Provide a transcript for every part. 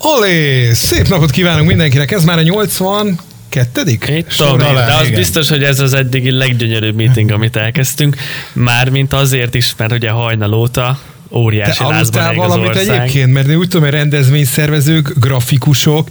Olé! Szép napot kívánunk mindenkinek, ez már a 82. Itt tudom, de az igen. Biztos, hogy ez az eddigi leggyönyörűbb meeting, amit elkezdtünk. Mármint azért is, mert ugye hajnal óta óriási lázban ég az ország. Egyébként, mert én úgy tudom, hogy rendezvényszervezők, grafikusok,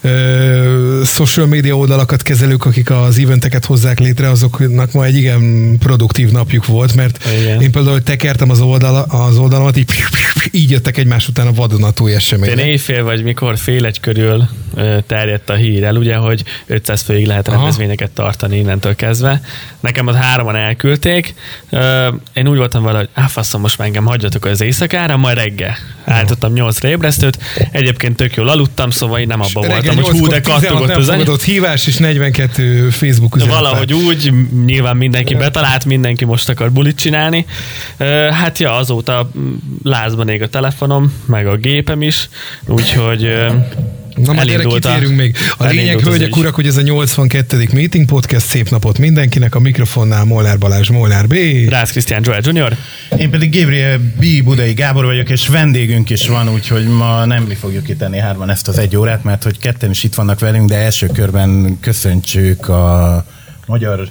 social media oldalakat kezelők, akik az eventeket hozzák létre, azoknak ma egy igen produktív napjuk volt, mert igen. Én például tekertem az oldalamat, így jöttek egymás után a vadonatúj események. Én éjfél vagy mikor fél egy körül terjedt a hír el, ugye, hogy 500 főig lehet rendezvényeket tartani innentől kezdve. Nekem az 3-an elküldték. Én úgy voltam vele, hogy faszom, most már engem hagyjatok az éjszakára, majd reggel. Álltottam 8-ra ébresztőt, egyébként tök jól aludtam, szóval én nem abban voltam, hogy hú, de kattogott az fogadott hívás és 42 Facebook üzenet. Valahogy úgy, nyilván mindenki betalált, mindenki most akar bulit csinálni. Hát ja, azóta lázban ég a telefonom, meg a gépem is, úgyhogy na, majd erre kitérünk még. A lényeg, hölgyek, urak, hogy ez a 82. Meeting Podcast. Szép napot mindenkinek. A mikrofonnál Molnár Balázs, Molnár B. Rácz Krisztián Joel Jr. Én pedig Gabriel B. Budai Gábor vagyok, és vendégünk is van, úgyhogy ma nem mi fogjuk kitenni 3 ezt az 1 órát, mert hogy ketten is itt vannak velünk, de első körben köszöntsük a magyar...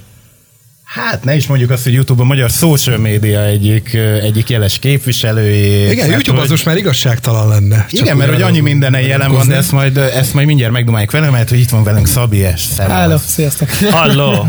Hát ne is mondjuk azt, hogy YouTube a magyar social media egyik jeles képviselőjé. Igen, YouTube hogy... az most már igazságtalan lenne. Igen, mert hogy annyi mindenen jelen van, de ezt majd mindjárt megdumáljuk vele, mert hogy itt van velünk Szabi S. Halló, sziasztok. Halló.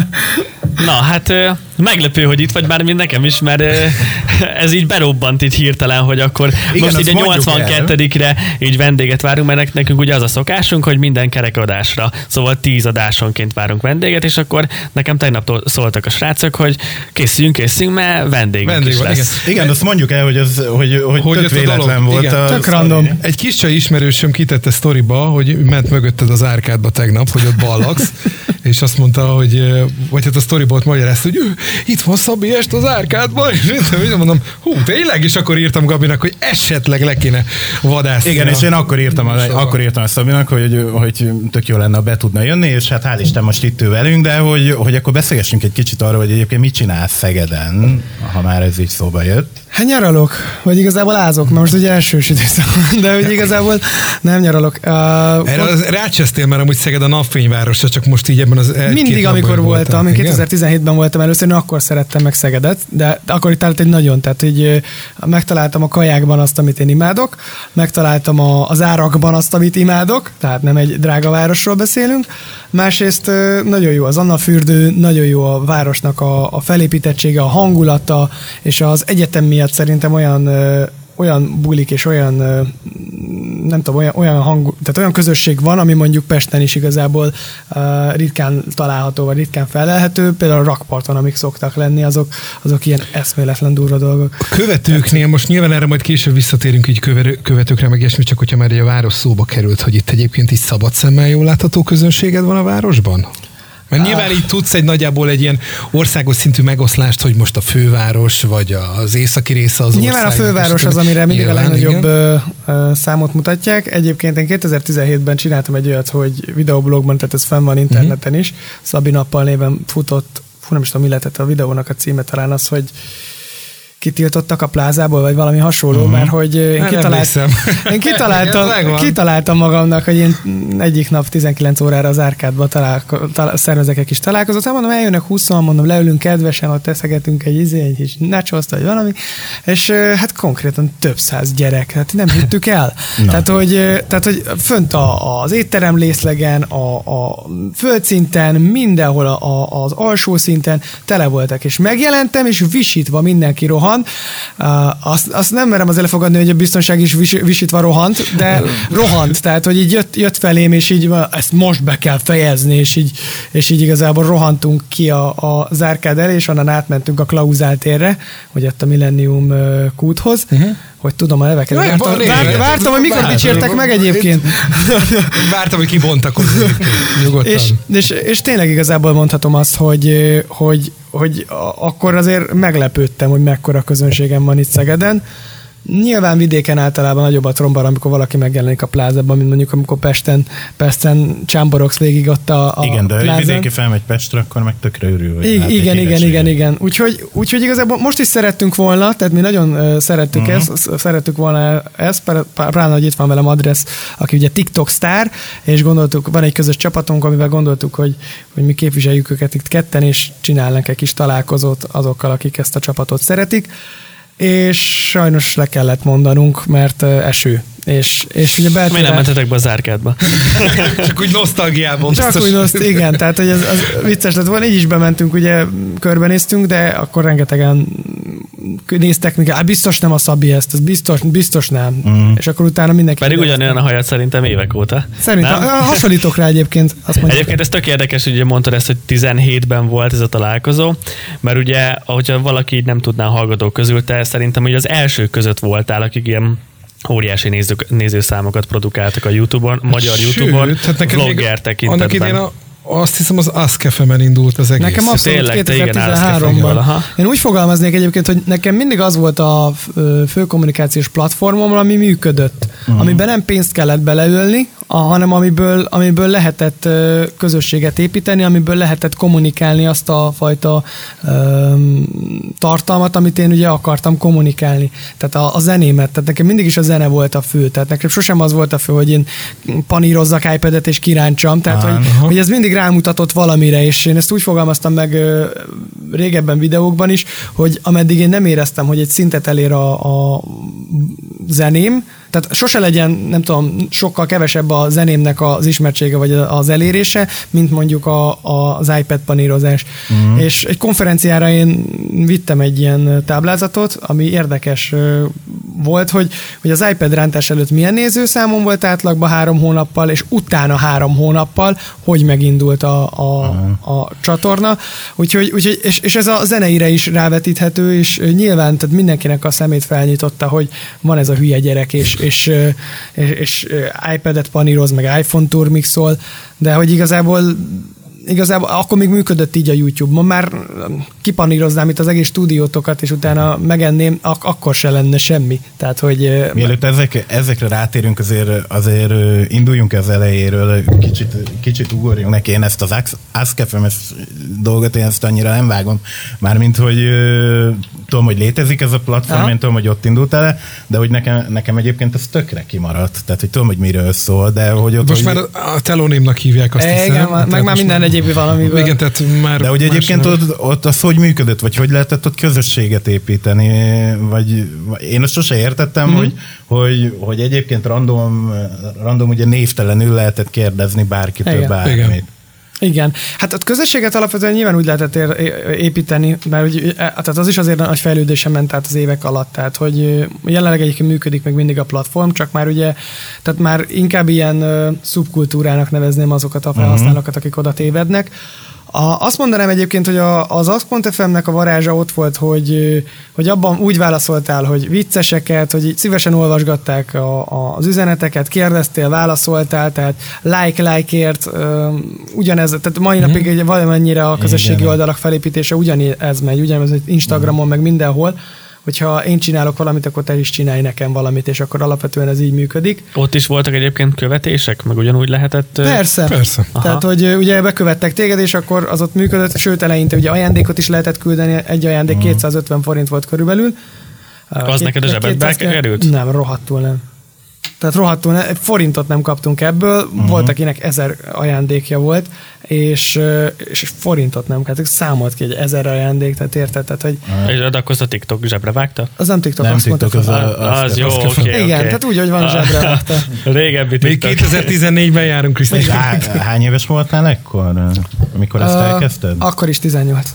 Na, hát meglepő, hogy itt vagy, bármint nekem is, mert ez így berobbant így hirtelen, hogy akkor igen, most így a 82-re így vendéget várunk, mert nekünk ugye az a szokásunk, hogy minden kerekadásra, szóval 10 adásonként várunk vendéget, és akkor nekem tegnap szóltak a srácok, hogy készüljünk, mert vendégünk is lesz. Igen, azt mondjuk el, hogy tök véletlen volt. Igen, tök random. Egy kis csaj ismerősöm kitette sztoriba, hogy ment mögötted az árkádba tegnap, hogy ott ballagsz, és azt mondta, hogy vagy hát a sztoriból magyarázta, hogy itt van Szabi Est az árkádban, és mondom, tényleg? És akkor írtam Gabinak, hogy esetleg le kéne vadászni. Igen, és én akkor írtam a Szabinak, hogy tök jó lenne, be tudna jönni, és hát hál' Isten most itt ő velünk, de hogy akkor beszélgessünk egy kicsit arról, hogy egyébként mit csinálsz Szegeden, ha már ez így szóba jött. Hát nyaralok, vagy igazából ázok, mert most ugye elsős időszak, de hogy igazából nem nyaralok. Rácsesztél már amúgy Szeged a napfényvárosa, csak most így ebben az mindig, amikor voltam, én 2017-ben voltam először, én akkor szerettem meg Szegedet, de akkor itt állt egy nagyon, tehát hogy megtaláltam a kajákban azt, amit én imádok, megtaláltam az árakban azt, amit imádok, tehát nem egy drága városról beszélünk. Másrészt nagyon jó az Annafürdő, nagyon jó a városnak a felépítettsége, a hangulata, és az egyetem miatt szerintem olyan bulik és olyan, nem tudom, olyan hang, tehát olyan közösség van, ami mondjuk Pesten is igazából ritkán található, vagy ritkán felelhető. Például a rakparton, amik szoktak lenni, azok ilyen eszméletlen durva dolgok. A követőknél, most nyilván erre majd később visszatérünk így követőkre, meg ilyesmi, csak hogyha már a város szóba került, hogy itt egyébként így szabad szemmel jól látható közönséged van a városban? Mert nyilván így tudsz nagyjából egy ilyen országos szintű megoszlást, hogy most a főváros, vagy az északi része az nyilván ország. Nyilván a főváros az, amire mindig a legnagyobb számot mutatják. Egyébként én 2017-ben csináltam egy olyat, hogy videoblogban, tehát ez fenn van interneten is. Szabi Nappal néven futott, nem is tudom, mi lehetett a videónak a címe, talán az, hogy kitiltottak a plázából, vagy valami hasonló, mert hogy én kitaláltam magamnak, hogy én egyik nap 19 órára az árkádba szervezek egy kis találkozót, mondom, eljönnek 20, mondom, leülünk kedvesen, ott eszegetünk egy kis nachoszt, vagy valami, és hát konkrétan több 100 gyerek, hát nem hittük el. Tehát, hogy fönt az étterem részlegen, a földszinten, mindenhol az alsó szinten tele voltak, és megjelentem, és visítva mindenki rohan. Azt nem merem az elfogadni, hogy a biztonság is visítva rohant, de rohant, tehát hogy így jött felém, és így ezt most be kell fejezni, és így igazából rohantunk ki az árkád elé, és onnan átmentünk a Klauzál térre, vagy ott a Millennium kúthoz, hogy tudom a neveket. Vártam, hogy mikor dicsértek meg egyébként. Vártam, hogy kibontakozzunk. És tényleg igazából mondhatom azt, hogy akkor azért meglepődtem, hogy mekkora közönségem van itt Szegeden. Nyilván vidéken általában nagyobb a trombar, amikor valaki megjelenik a plázában, mint mondjuk amikor Pesten csámborogsz végig ott a igen, de plázán. vidéki felmegy Pestre, akkor meg tökre örül. Igen. Úgyhogy igazából most is szerettünk volna, tehát mi nagyon szerettük volna ezt, pláne, hogy itt van velem András, aki ugye TikTok sztár, és gondoltuk, van egy közös csapatunk, amivel gondoltuk, hogy mi képviseljük őket itt ketten, és csinálnánk egy kis találkozót azokkal, akik ezt a csapatot szeretik. És sajnos le kellett mondanunk, mert eső. És ugye Miért nem mentetek be az árkádba? Csak úgy nosztalgiában. Igen, tehát hogy az vicces lett volna, így is bementünk, ugye körbenéztünk, de akkor rengetegen néztek minket, biztos nem a Szabi ezt, ez biztos nem. És akkor utána mindenki... Pedig ugyanolyan a hajad szerintem évek óta. Szerintem, hasonlítok rá egyébként. Egyébként ez tök érdekes, hogy ugye mondtad ezt, hogy 17-ben volt ez a találkozó, mert ugye, ahogyha valaki így nem tudná a hallgatók közül, te szerintem hogy az első között voltál, akik ilyen óriási nézőszámokat produkáltak a YouTube-on, magyar YouTube-on, vlogger tekintetben. Azt hiszem az Ask FM-en indult az egész. Nekem abszolút 2013-ban. Én úgy fogalmaznék egyébként, hogy nekem mindig az volt a főkommunikációs platformom, ami működött. Amiben nem pénzt kellett beleölni, hanem amiből lehetett közösséget építeni, amiből lehetett kommunikálni azt a fajta tartalmat, amit én ugye akartam kommunikálni. Tehát a zenémet, tehát nekem mindig is a zene volt a fő. Tehát nekem sosem az volt a fő, hogy én panírozzak iPad-et és kiráncsam. Tehát, hogy ez mindig rámutatott valamire, és én ezt úgy fogalmaztam meg régebben videókban is, hogy ameddig én nem éreztem, hogy egy szintet elér a zeném, tehát sose legyen, nem tudom, sokkal kevesebb a zenémnek az ismertsége vagy az elérése, mint mondjuk az iPad panírozás. És egy konferenciára én vittem egy ilyen táblázatot, ami érdekes volt, hogy az iPad rántás előtt milyen nézőszámon volt átlagban 3 hónappal, és utána 3 hónappal, hogy megindult a csatorna. Úgyhogy és ez a zeneire is rávetíthető, és nyilván tehát mindenkinek a szemét felnyitotta, hogy van ez a hülye gyerek, és iPad-et paníroz, meg iPhone turmixol, de hogy igazából akkor még működött így a YouTube. Ma már kipaníroznám itt az egész stúdiótokat, és utána megenném, akkor se lenne semmi. Tehát, hogy... Mielőtt ezekre rátérünk, azért induljunk az elejéről, kicsit ugorjunk neki. Én ezt az Ask FM-es dolgot, én ezt annyira nem vágom. Mármint, hogy tudom, hogy létezik ez a platform, én tudom, hogy ott indult el, de hogy nekem egyébként ez tökre kimaradt. Tehát, hogy tudom, hogy miről szól, de hogy ott... Most már a telonémnak hívják azt hiszem. Igen, meg már minden egyéb valamiből. Igen, tehát már... De hogy egyébként ott az hogy működött, vagy hogy lehetett ott közösséget építeni, vagy én azt sose értettem, hogy egyébként random ugye névtelenül lehetett kérdezni bárkitől bármit. Igen. Hát a közösséget alapvetően nyilván úgy lehetett építeni, mert ugye, tehát az is azért nagy fejlődésen ment át az évek alatt, tehát hogy jelenleg egyébként működik még mindig a platform, csak már ugye, tehát már inkább ilyen szubkultúrának nevezném azokat a felhasználókat, akik oda tévednek. Azt mondanám egyébként, hogy az Ask.fm-nek a varázsa ott volt, hogy abban úgy válaszoltál, hogy vicceseket, hogy szívesen olvasgatták az üzeneteket, kérdeztél, válaszoltál, tehát like-ért, ugyanez, tehát mai napig valamennyire a közösségi oldalak felépítése ugyanez megy, ugyanez Instagramon, meg mindenhol, hogyha én csinálok valamit, akkor te is csinálj nekem valamit, és akkor alapvetően ez így működik. Ott is voltak egyébként követések, meg ugyanúgy lehetett? Persze. Tehát, hogy ugye bekövettek téged, és akkor az ott működött, sőt eleinte ugye ajándékot is lehetett küldeni, egy ajándék 250 forint volt körülbelül. Az neked a zsebedbe került? Nem, rohadtul nem. Tehát rohadtul egy forintot nem kaptunk ebből, volt, akinek 1000 ajándékja volt, és forintot nem kaptunk, számolt ki egy 1000 ajándék, tehát érted? Tehát, hogy... És akkor a TikTok zsebre vágta? Az nem TikTok, nem azt TikTok, mondta. Az jó, oké. Igen, tehát úgy, hogy van zsebre vágta. Régebbi TikTok. Még 2014-ben járunk, Krisztina. Hány éves voltál ekkor, amikor ezt elkezdted? Akkor is 18.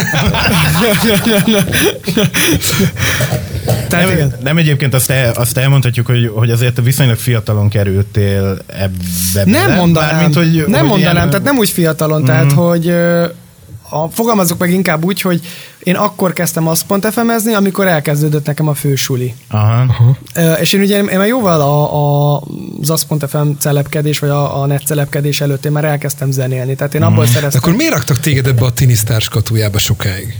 Nem egyébként azt elmondhatjuk, hogy azért viszonylag fiatalon kerültél ebbe. Nem mondanám, tehát nem úgy fiatalon, tehát hogy fogalmazzuk meg inkább úgy, hogy én akkor kezdtem Ask.fm-ezni, amikor elkezdődött nekem a fősuli. És én már jóval az Ask.fm celebkedés, vagy a net celebkedés előtt én már elkezdtem zenélni. Tehát én abból szereztem. Akkor miért raktak téged ebbe a tinisztárs katujába sokáig?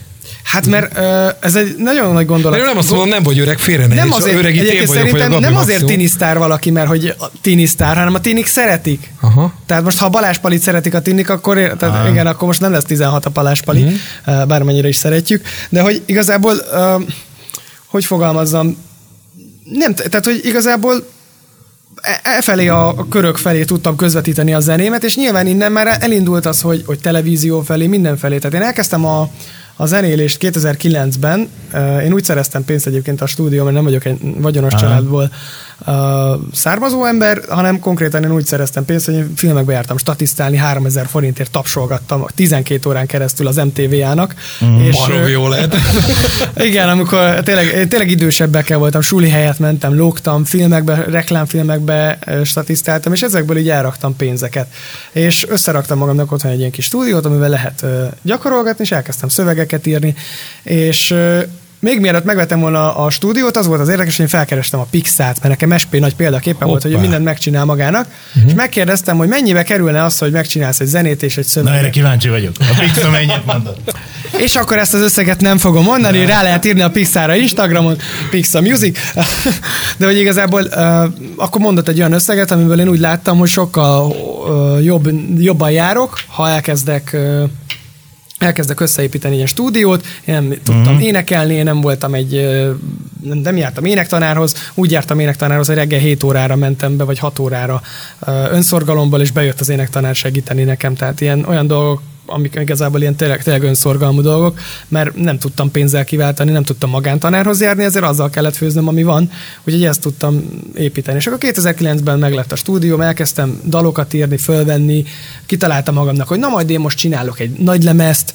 Hát mert ez egy nagyon nagy gondolat. De nem azt mondom, nem vagy öreg, félre ne. Nem azért, öreg én vagyok, vagy a Gabi nem azért tinisztár valaki, mert hogy tinisztár, hanem a tinik szeretik. Aha. Tehát most, ha a Balázs Palit szeretik a tinik, akkor, tehát igen, akkor most nem lesz 16 a Balázs Pali, bármennyire is szeretjük. De hogy igazából, hogy fogalmazzam, nem, tehát hogy igazából felé a körök felé tudtam közvetíteni a zenémet, és nyilván innen már elindult az, hogy televízió felé, mindenfelé. Tehát én elkezdtem a zenélést 2009-ben. Én úgy szereztem pénzt egyébként a stúdió, mert nem vagyok egy vagyonos családból származó ember, hanem konkrétan én úgy szereztem pénzt, hogy én filmekbe jártam statisztálni, 3000 forintért tapsolgattam 12 órán keresztül az MTV-ának. Barom jó lehet. Igen, amikor tényleg idősebbekkel voltam, suli helyett mentem, lógtam, filmekbe, reklámfilmekbe statisztáltam, és ezekből így elraktam pénzeket. És összeraktam magamnak otthon egy ilyen kis stúdiót, amivel lehet gyakorolgatni, és elkezdtem szövegeket írni, és még mielőtt megvettem volna a stúdiót, az volt az érdekes, hogy én felkerestem a Pixát, mert nekem SP nagy példaképpen volt, hogy mindent megcsinál magának, és megkérdeztem, hogy mennyibe kerülne az, hogy megcsinálsz egy zenét és egy szöveget. Na, erre kíváncsi vagyok. A Pixa mennyit mondott? És akkor ezt az összeget nem fogom mondani, rá lehet írni a Pixára Instagramon, Pixa Music, de hogy igazából akkor mondott egy olyan összeget, amiből én úgy láttam, hogy sokkal jobban járok, ha elkezdek összeépíteni ilyen stúdiót, én nem tudtam énekelni, én nem voltam nem jártam énektanárhoz, úgy jártam énektanárhoz, hogy reggel 7 órára mentem be, vagy 6 órára önszorgalomból, és bejött az énektanár segíteni nekem, tehát olyan dolgok, amik igazából ilyen tényleg önszorgalmú dolgok, mert nem tudtam pénzzel kiváltani, nem tudtam magántanárhoz járni, ezért azzal kellett főznöm, ami van, úgyhogy ezt tudtam építeni. És akkor 2009-ben meglett a stúdióm, elkezdtem dalokat írni, fölvenni, kitaláltam magamnak, hogy na majd én most csinálok egy nagy lemezt,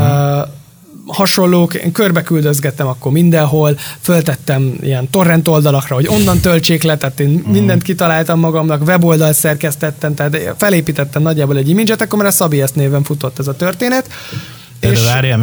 hasonlók, én körbeküldözgettem akkor mindenhol, föltettem ilyen torrent oldalakra, hogy onnan töltsék le, tehát én mindent kitaláltam magamnak, weboldalt szerkesztettem, tehát felépítettem nagyjából egy imidzset, akkor már a Szabi S néven futott ez a történet. De várjál,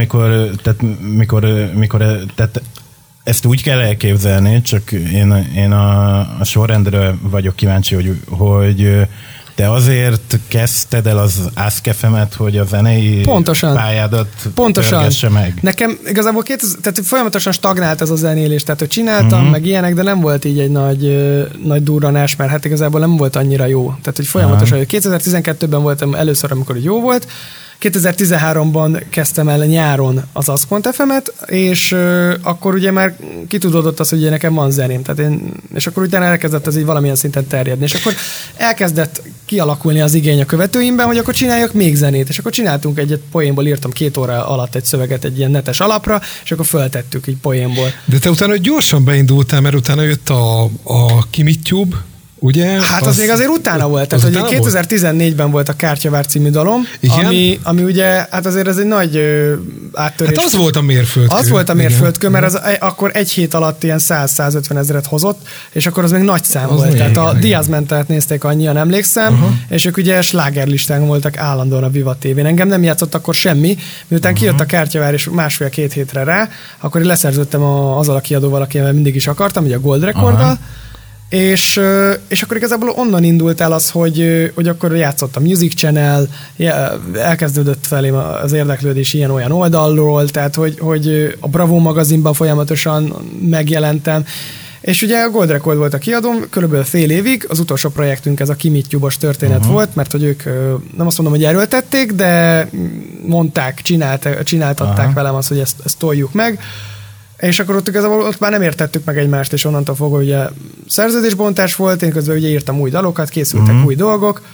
mikor ezt úgy kell elképzelni, csak én a sorrendre vagyok kíváncsi, hogy te azért kezdted el az AskFM-et, hogy a zenei pályádat törgesse meg? Nekem igazából tehát folyamatosan stagnált ez a zenélés, tehát hogy csináltam, meg ilyenek, de nem volt így egy nagy durranás, mert hát igazából nem volt annyira jó. Tehát, hogy folyamatosan, 2012-ben voltam először, amikor jó volt, 2013-ban kezdtem el nyáron az Aszkont FM-et, és akkor ugye már kitudódott az, hogy ugye nekem van zeném, tehát és akkor utána elkezdett ez így valamilyen szinten terjedni, és akkor elkezdett kialakulni az igény a követőimben, hogy akkor csináljak még zenét, és akkor csináltunk egy poénból, írtam 2 óra alatt egy szöveget egy ilyen netes alapra, és akkor föltettük így poénból. De te utána gyorsan beindultál, mert utána jött a KimitTube, ugye? Hát az még azért utána volt. Tehát, hogy 2014-ben volt a Kártyavár című dalom, ami ugye, hát azért ez egy nagy áttörés. Hát az volt a mérföldkő. Az volt a mérföldkő, mert akkor egy hét alatt ilyen 100-150 ezeret hozott, és akkor az még nagy szám az volt. Tehát a Diaz Mentalt nézték annyian, emlékszem, és ők ugye slágerlistán voltak állandóan a Viva TV-n. Engem nem játszott akkor semmi, miután kijött a Kártyavár, és 1,5-2 hétre rá, akkor én leszerződtem azzal a kiadóval, akivel mindig is akartam, ugye a Gold Recorddal. És akkor igazából onnan indult el az, hogy akkor játszott a Music Channel, elkezdődött felém az érdeklődés ilyen-olyan oldalról, tehát hogy a Bravo magazinban folyamatosan megjelentem, és ugye a Gold Record volt a kiadóm, körülbelül fél évig, az utolsó projektünk ez a KimitTube-os történet volt, mert hogy ők nem azt mondom, hogy erőltették, de mondták, csináltatták velem azt, hogy ezt toljuk meg. És akkor ott már nem értettük meg egymást, és onnantól fogva ugye szerződésbontás volt, én közben ugye írtam új dalokat, készültek új dolgok,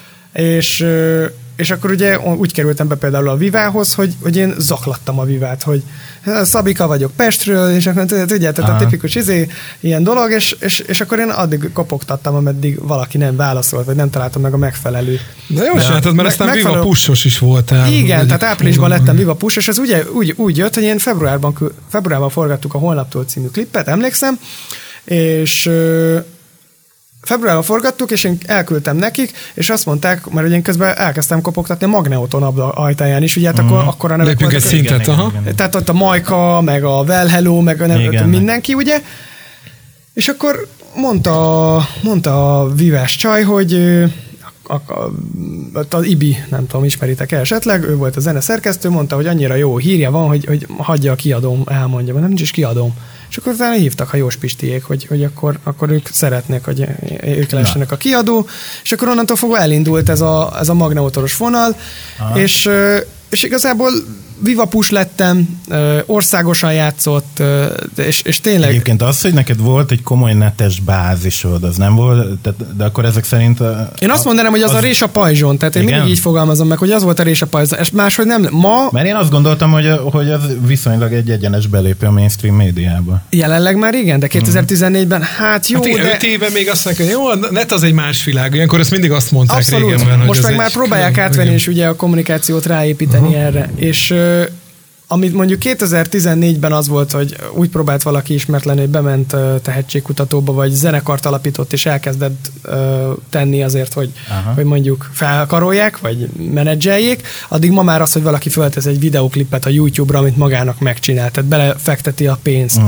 és akkor ugye úgy kerültem be például a Vivához, hogy én zaklattam a Vivát, hogy Szabika vagyok Pestről, és akkor tudjátok, a tipikus ilyen dolog, és akkor én addig kopogtattam, ameddig valaki nem válaszolt, vagy nem találtam meg a megfelelő. De jó csináltad, mert aztán Viva Pusos is voltál. Igen, tehát áprilisban lettem Viva Push, és ez ugye úgy jött, hogy én februárban forgattuk a Holnaptól című klippet, emlékszem, és februárban forgattuk, és én elküldtem nekik, és azt mondták, mert ugye én közben elkezdtem kopogtatni a Magneoton ajtaján is, ugye hát akkor a nevek voltak. Egy szintet, igen. Tehát ott a Majka, meg a Well Hello, meg mindenki, ugye? És akkor mondta a vívás csaj, hogy az Ibi, nem tudom, ismeritek esetleg, ő volt a zeneszerkesztő, mondta, hogy annyira jó hírja van, hogy hagyja a kiadóm, elmondja, nem nincs is kiadóm. És akkor utána hívtak a Jós Pistiék, hogy akkor ők szeretnék, hogy ők lehessenek a kiadó, és akkor onnantól fogva elindult ez a magnemotoros vonal, és igazából Vivapus lettem, országosan játszott, és tényleg... Egyébként az, hogy neked volt egy komoly netes bázisod, az nem volt, de akkor ezek szerint... Én azt mondanám, hogy az a rés a pajzson, tehát én mindig így fogalmazom meg, hogy az volt a rés a pajzson, és máshogy nem, ma... Mert én azt gondoltam, hogy az viszonylag egy egyenes belépő a mainstream médiába. Jelenleg már igen, de 2014-ben, hát jó, hát de... 5 éve még azt mondják, hogy jó, a net az egy más világ, ilyenkor ezt mindig azt mondták régebben. Most meg már próbálják átvenni, és ugye a kommunikációt ráépíteni erre, és amit mondjuk 2014-ben az volt, hogy úgy próbált valaki ismertlenül, hogy bement tehetségkutatóba, vagy zenekart alapított, és elkezdett tenni azért, hogy mondjuk felkarolják, vagy menedzseljék, addig ma már az, hogy valaki föltesz egy videóklipet a YouTube-ra, amit magának megcsinál, tehát belefekteti a pénzt.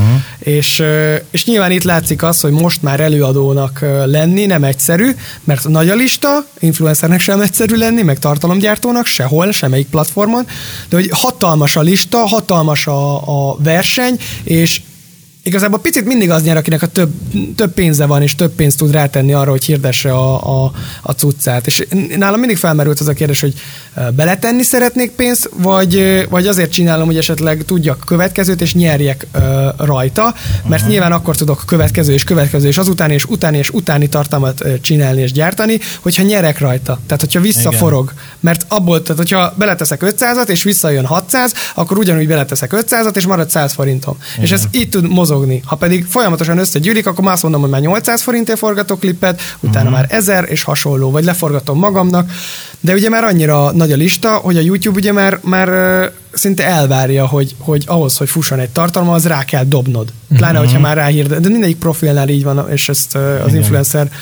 És nyilván itt látszik az, hogy most már előadónak lenni nem egyszerű, mert nagy a lista, influencernek sem egyszerű lenni, meg tartalomgyártónak, sehol, semmelyik platformon, de hogy hatalmas a lista, hatalmas a verseny, és igazából picit mindig az nyer, akinek a több pénze van, és több pénzt tud rátenni arra, hogy hirdesse a cuccát. És nálam mindig felmerült az a kérdés, hogy beletenni szeretnék pénzt, vagy azért csinálom, hogy esetleg tudjak következőt, és nyerjek rajta, mert nyilván akkor tudok következő, és azután, és utáni tartalmat csinálni és gyártani, hogyha nyerek rajta. Tehát, hogyha visszaforog. Igen. Mert abból, tehát, hogyha beleteszek 500-at, és visszajön 600, akkor ugyanúgy beleteszek 500-at, és marad 100 forintom. Igen. És ez így tud mozogni. Ha pedig folyamatosan összegyűlik, akkor már azt mondom, hogy már 800 forintért forgatok klipet, utána már 1000 és hasonló, vagy leforgatom magamnak. De ugye már annyira nagy a lista, hogy a YouTube ugye már szinte elvárja, hogy ahhoz, hogy fusson egy tartalma, az rá kell dobnod. Pláne, hogyha már ráhirdet. De mindegyik profilnál így van, és ezt az influencer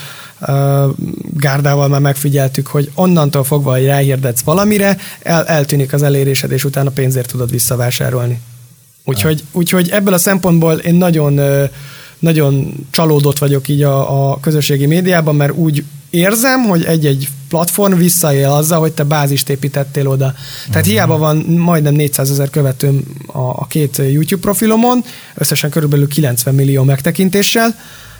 gárdával már megfigyeltük, hogy onnantól fogva, hogy ráhirdetsz valamire, eltűnik az elérésed, és utána pénzért tudod visszavásárolni. Úgyhogy ebből a szempontból én nagyon csalódott vagyok így a közösségi médiában, mert úgy érzem, hogy egy platform visszaél azzal, hogy te bázist építettél oda. Tehát hiába van majdnem 400 000 követőm a két YouTube profilomon, összesen körülbelül 90 millió megtekintéssel,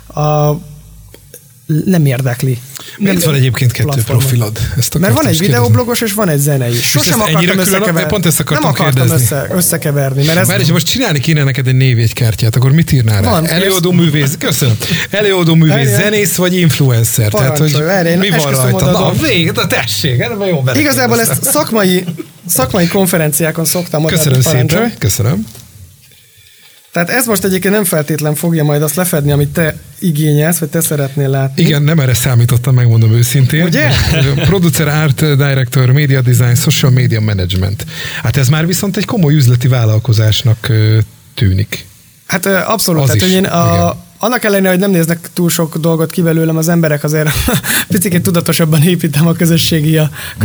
nem érdekli. Miért van egyébként 2 profilod? Mert van egy videoblogos, és van egy zenei. Sosem akartam összekeverni. Pont ezt nem akartam összekeverni. Mert most csinálni kéne neked egy névjegykártyát, akkor mit írnál rá? Előadó művész, köszönöm. Előadó művész, zenész vagy influencer? Tehát, hogy mi van rajta? Na, végig, tessék, ebben jó bele. Igazából ezt szakmai konferenciákon szoktam mondani. Köszönöm szépen, köszönöm. Tehát ez most egyébként nem feltétlen fogja majd azt lefedni, amit te igényelsz, vagy te szeretnél látni. Igen, nem erre számítottam, megmondom őszintén. Ugye? Producer, art director, media design, social media management. Hát ez már viszont egy komoly üzleti vállalkozásnak tűnik. Hát abszolút. Tehát, hogy én annak ellenére, hogy nem néznek túl sok dolgot ki belőlem, az emberek azért picit tudatosabban építem a közösségi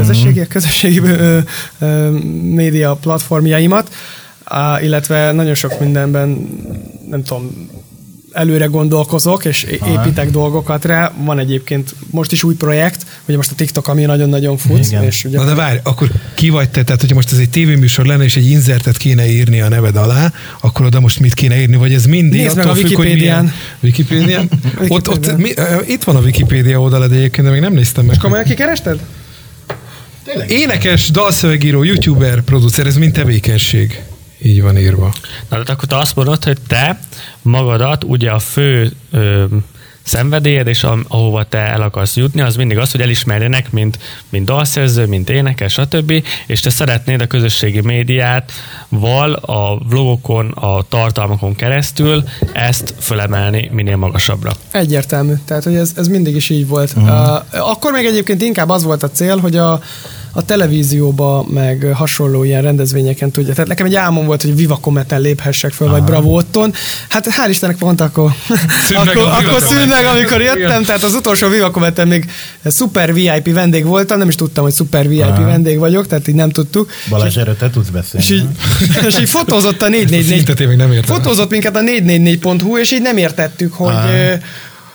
média platformjaimat, illetve nagyon sok mindenben, nem tudom, előre gondolkozok, és építek dolgokat rá. Van egyébként most is új projekt, ugye most a TikTok, ami nagyon-nagyon fut. És ugye... Na de várj, akkor ki vagy te? Tehát, hogyha most ez egy tévéműsor lenne, és egy insertet kéne írni a neved alá, akkor oda most mit kéne írni? Vagy ez mindig nézd attól függ, hogy milyen... Wikipédián? Itt van a Wikipédia oldalad egyébként, de még nem néztem meg. És komolyan kikerested? Énekes, dalszövegíró, youtuber, producer, ez mind tevékenység. Így van írva. Na, de akkor te azt mondod, hogy te magadat ugye a fő szenvedélyed, és ahova te el akarsz jutni, az mindig az, hogy elismerjenek, mint dalszerző, mint énekes, stb. És te szeretnéd a közösségi médiát a vlogokon, a tartalmakon keresztül ezt fölemelni minél magasabbra. Egyértelmű. Tehát, hogy ez mindig is így volt. Akkor még egyébként inkább az volt a cél, hogy a televízióba, meg hasonló ilyen rendezvényeken tudja. Tehát nekem egy álmom volt, hogy Viva Cometen léphessek föl, vagy Bravo Otton. Hát hál' Istennek pont akkor szűnt meg, amikor jöttem. Tehát az utolsó Viva Cometen még szuper VIP vendég voltam, nem is tudtam, hogy szuper VIP vendég vagyok, tehát így nem tudtuk. Balázs, erről te tudsz beszélni. És így fotózott a 444. Fotózott minket a 444.hu, és így nem értettük,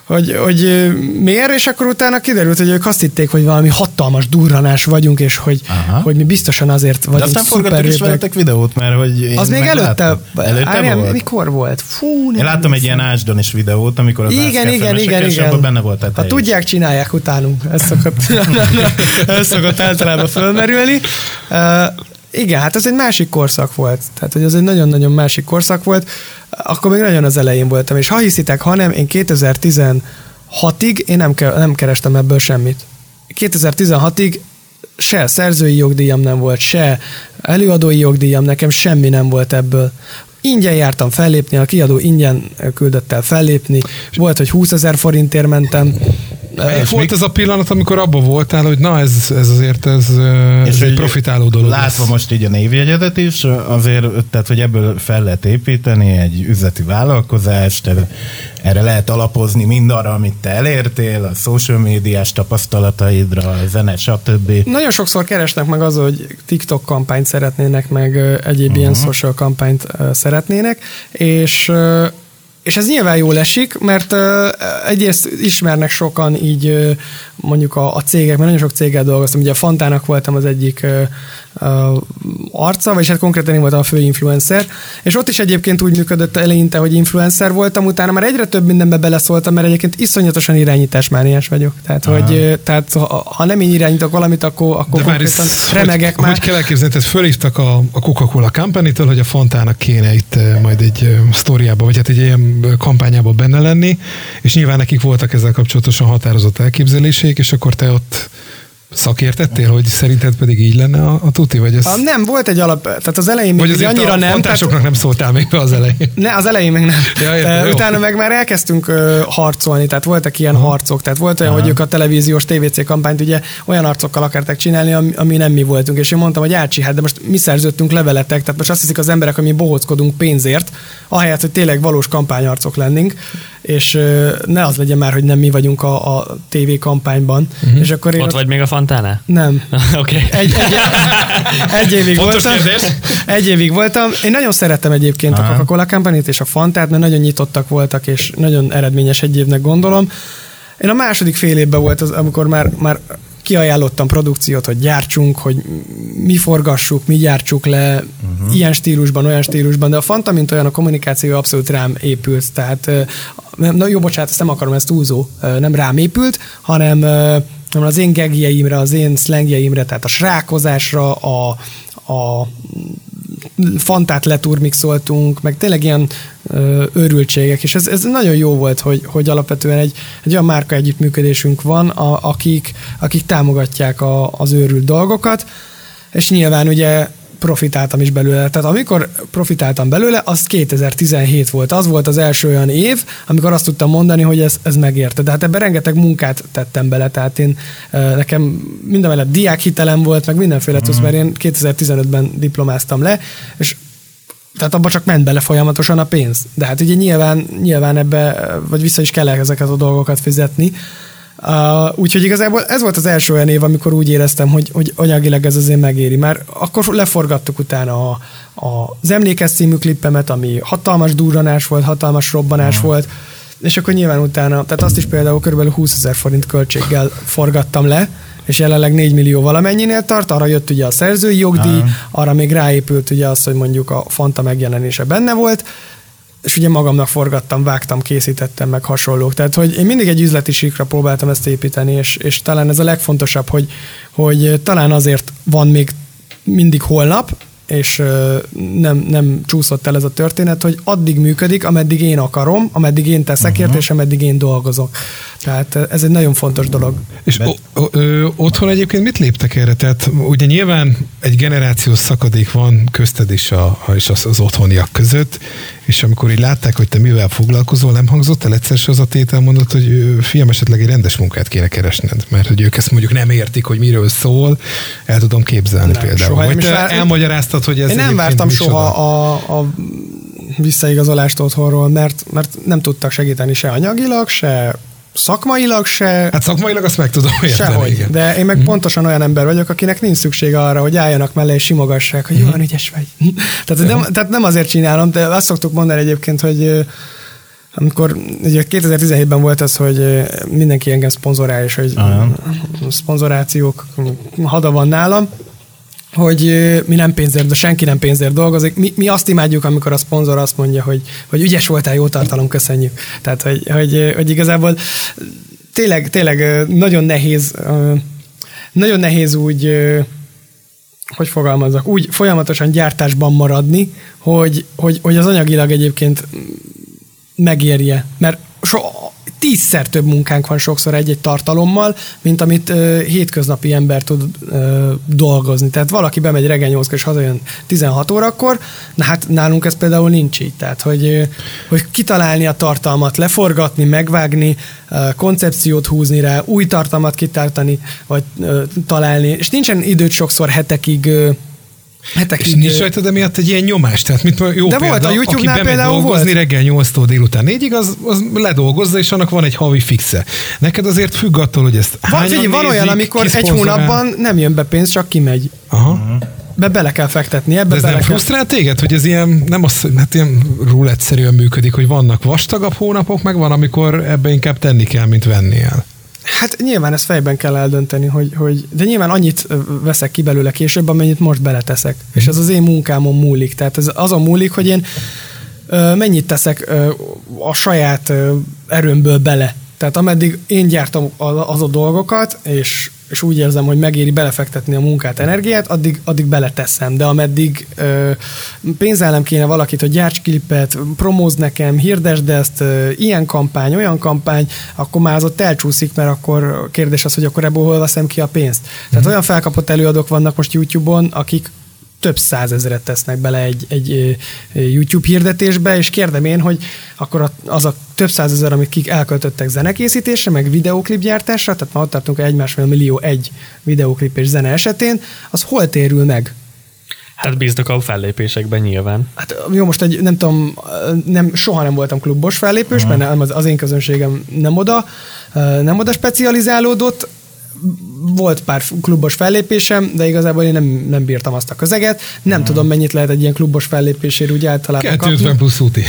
hogy miért, és akkor utána kiderült, hogy ők azt hitték, hogy valami hatalmas durranás vagyunk, és hogy mi biztosan azért vagyunk. De aztán forgattak is veletek videót, mert hogy én az még előtte volt? Mikor volt? Fú, én láttam egy ilyen Ásdon is videót, amikor az igen. abban benne volt. Ha tudják, csinálják utánunk. Ez szokott általában fölmerülni. Igen, hát ez egy másik korszak volt. Tehát, hogy ez egy nagyon-nagyon másik korszak volt. Akkor még nagyon az elején voltam. És ha hiszitek, ha nem, én 2016-ig én nem kerestem ebből semmit. 2016-ig se szerzői jogdíjam nem volt, se előadói jogdíjam, nekem semmi nem volt ebből. Ingyen jártam fellépni, a kiadó ingyen küldött el fellépni. Volt, hogy 20 000 forintért mentem. És volt ez a pillanat, amikor abban voltál, hogy na ez azért ez egy profitáló dolog. Látva lesz. Most így a névjegyedet is, azért, tehát hogy ebből fel lehet építeni egy üzleti vállalkozást, erre lehet alapozni mindarra, amit te elértél, a social médiás tapasztalataidra, a zene, stb. Nagyon sokszor keresnek meg az, hogy TikTok kampányt szeretnének, meg egyéb ilyen social kampányt szeretnének, és ez nyilván jól esik, mert egyrészt ismernek sokan így mondjuk a cégek, mert nagyon sok céggel dolgoztam, ugye a Fantának voltam az egyik arca, vagyis hát konkrétan én voltam a fő influencer, és ott is egyébként úgy működött eleinte, hogy influencer voltam, utána már egyre több mindenbe beleszóltam, mert egyébként iszonyatosan irányításmániás vagyok. Tehát ha nem én irányítok valamit, akkor konkrétan remegek már. Hogy kell elképzelni? Tehát fölhívtak a Coca-Cola Company-től, hogy a Fantának kéne itt majd egy sztoriába, vagy hát egy ilyen kampányában benne lenni, és nyilván nekik voltak ezzel kapcsolatosan határozott elképzeléseik, és akkor te ott szakértettél, hogy szerinted pedig így lenne a tuti, vagy ez... Nem, volt egy alap, tehát az elején még annyira nem. Fantásoknak nem szóltál még be az elején. Ne, az elején még nem. Ja, utána meg már elkezdtünk harcolni, tehát voltak ilyen harcok, tehát volt olyan, hogy ők a televíziós TVC kampányt ugye olyan arcokkal akarták csinálni, ami nem mi voltunk, és én mondtam, hogy Ácsi, hát de most mi szerződtünk leveletek, tehát most azt hiszik az emberek, hogy mi bohóckodunk pénzért, ahelyett, hogy tényleg valós kampányarcok lennénk, és ne az legyen már, hogy nem mi vagyunk a TV kampányban. És akkor ott vagy még a Fantánál? Nem. Oké. Egy évig voltam. Egy évig voltam. Én nagyon szerettem egyébként a Coca-Cola Company-t és a Fantát, mert nagyon nyitottak voltak, és nagyon eredményes egy évnek gondolom. Én a második fél évben volt az, amikor már kiajánlottam produkciót, hogy gyártsunk, hogy mi forgassuk, mi gyártsuk le, ilyen stílusban, olyan stílusban, de a Fanta, mint olyan, a kommunikáció abszolút rám épült, tehát jó, bocsánat, ezt nem akarom, ez túlzó, nem rám épült, hanem az én gegjeimre, az én szlengjeimre, tehát a srákozásra, a Fantát leturmixoltunk, meg tényleg ilyen őrültségek, és ez nagyon jó volt, hogy alapvetően egy olyan márka együttműködésünk van, akik támogatják az őrült dolgokat, és nyilván ugye profitáltam is belőle. Tehát amikor profitáltam belőle, az 2017 volt. Az volt az első olyan év, amikor azt tudtam mondani, hogy ez megérte. De hát ebben rengeteg munkát tettem bele, tehát nekem mindenmellett diákhitelem volt, meg mindenféle tudsz, mert én 2015-ben diplomáztam le, és tehát abba csak ment bele folyamatosan a pénz. De hát ugye nyilván ebbe, vagy vissza is kell ezeket a dolgokat fizetni. Úgyhogy igazából ez volt az első olyan év, amikor úgy éreztem, hogy anyagileg ez azért megéri. Már akkor leforgattuk utána az Emlékez című klippemet, ami hatalmas durranás volt, hatalmas robbanás volt, és akkor nyilván utána, tehát azt is például kb. 20 000 forint költséggel forgattam le, és jelenleg 4 millió valamennyinél tart, arra jött ugye a szerzői jogdíj, arra még ráépült ugye az, hogy mondjuk a Fanta megjelenése benne volt, és ugye magamnak forgattam, vágtam, készítettem, meg hasonlók. Tehát, hogy én mindig egy üzleti síkra próbáltam ezt építeni, és talán ez a legfontosabb, hogy talán azért van még mindig holnap, és nem csúszott el ez a történet, hogy addig működik, ameddig én akarom, ameddig én teszek érte, és ameddig én dolgozok. Tehát ez egy nagyon fontos dolog. És otthon egyébként mit léptek erre? Tehát ugye nyilván egy generációs szakadék van közted és az otthoniak között, és amikor így látták, hogy te mivel foglalkozol, nem hangzott el egyszer se az a tétel mondott, hogy fiam, esetleg egy rendes munkát kéne keresned, mert hogy ők ezt mondjuk nem értik, hogy miről szól, el tudom képzelni nem, például. Vagy te elmagyaráztad, hogy ez én nem vártam soha a visszaigazolást otthonról, mert nem tudtak segíteni se anyagilag, se szakmailag se... Hát szakmailag azt meg tudom érteni. Sehogy. Igen. De én meg pontosan olyan ember vagyok, akinek nincs szüksége arra, hogy álljanak mellé és simogassák, hogy jól ügyes vagy. Tehát nem azért csinálom, de azt szoktuk mondani egyébként, hogy amikor ugye 2017-ben volt az, hogy mindenki engem szponzorál, és hogy szponzorációk hada van nálam, hogy mi nem pénzért, de senki nem pénzért dolgozik. Mi azt imádjuk, amikor a szponzor azt mondja, hogy ügyes voltál, jó tartalom, köszönjük. Tehát, hogy igazából tényleg nagyon nehéz úgy, hogy fogalmazzak, úgy folyamatosan gyártásban maradni, hogy az anyagilag egyébként megérje. Mert 10-szer több munkánk van sokszor egy-egy tartalommal, mint amit hétköznapi ember tud dolgozni. Tehát valaki bemegy reggel 8-kor és hazajön 16 órakor, na hát nálunk ez például nincs így. Tehát, hogy kitalálni a tartalmat, leforgatni, megvágni, koncepciót húzni rá, új tartalmat kitartani, vagy találni. És nincsen időt sokszor hetekig. És nincs rajtad emiatt egy ilyen nyomás? Tehát mit jó de példa, volt, a YouTube-nál aki bemegy dolgozni volt. Reggel 8-tól délután 4-ig, az ledolgozza, és annak van egy havi fixe. Neked azért függ attól, hogy ezt hányan nézik, van olyan, amikor egy hónapban nem jön be pénz, csak kimegy. Aha. Bele kell fektetni. Ebbe de ez nem frusztrál téged, hogy ez ilyen, nem az, hát ilyen rulett-szerűen működik, hogy vannak vastagabb hónapok, meg van, amikor ebbe inkább tenni kell, mint venni el. Hát nyilván ezt fejben kell eldönteni, de nyilván annyit veszek ki belőle később, amennyit most beleteszek. És ez az én munkámon múlik. Tehát ez azon múlik, hogy én mennyit teszek a saját erőmből bele. Tehát ameddig én gyártom az a dolgokat, és úgy érzem, hogy megéri belefektetni a munkát, energiát, addig beleteszem. De ameddig pénzelnem kéne valakit, hogy gyárts klipet, promózd nekem, hirdesd ezt, ilyen kampány, olyan kampány, akkor már az ott elcsúszik, mert akkor kérdés az, hogy akkor ebből hol veszem ki a pénzt. Tehát olyan felkapott előadók vannak most YouTube-on, akik több százezret tesznek bele egy YouTube hirdetésbe, és kérdem én, hogy akkor az a több százezer, amit kik elköltöttek zenekészítésre, meg videóklipgyártásra, tehát már ott tartunk, hogy 1,5 millió egy videóklip és zene esetén, az hol térül meg? Hát bíznak a fellépésekben nyilván. Hát jó, most nem tudom, soha nem voltam klubos fellépős, mert az én közönségem nem oda specializálódott. Volt pár klubos fellépésem, de igazából én nem bírtam azt a közeget. Nem tudom, mennyit lehet egy ilyen klubos fellépésért úgy általában kapni. 250 plusz úti.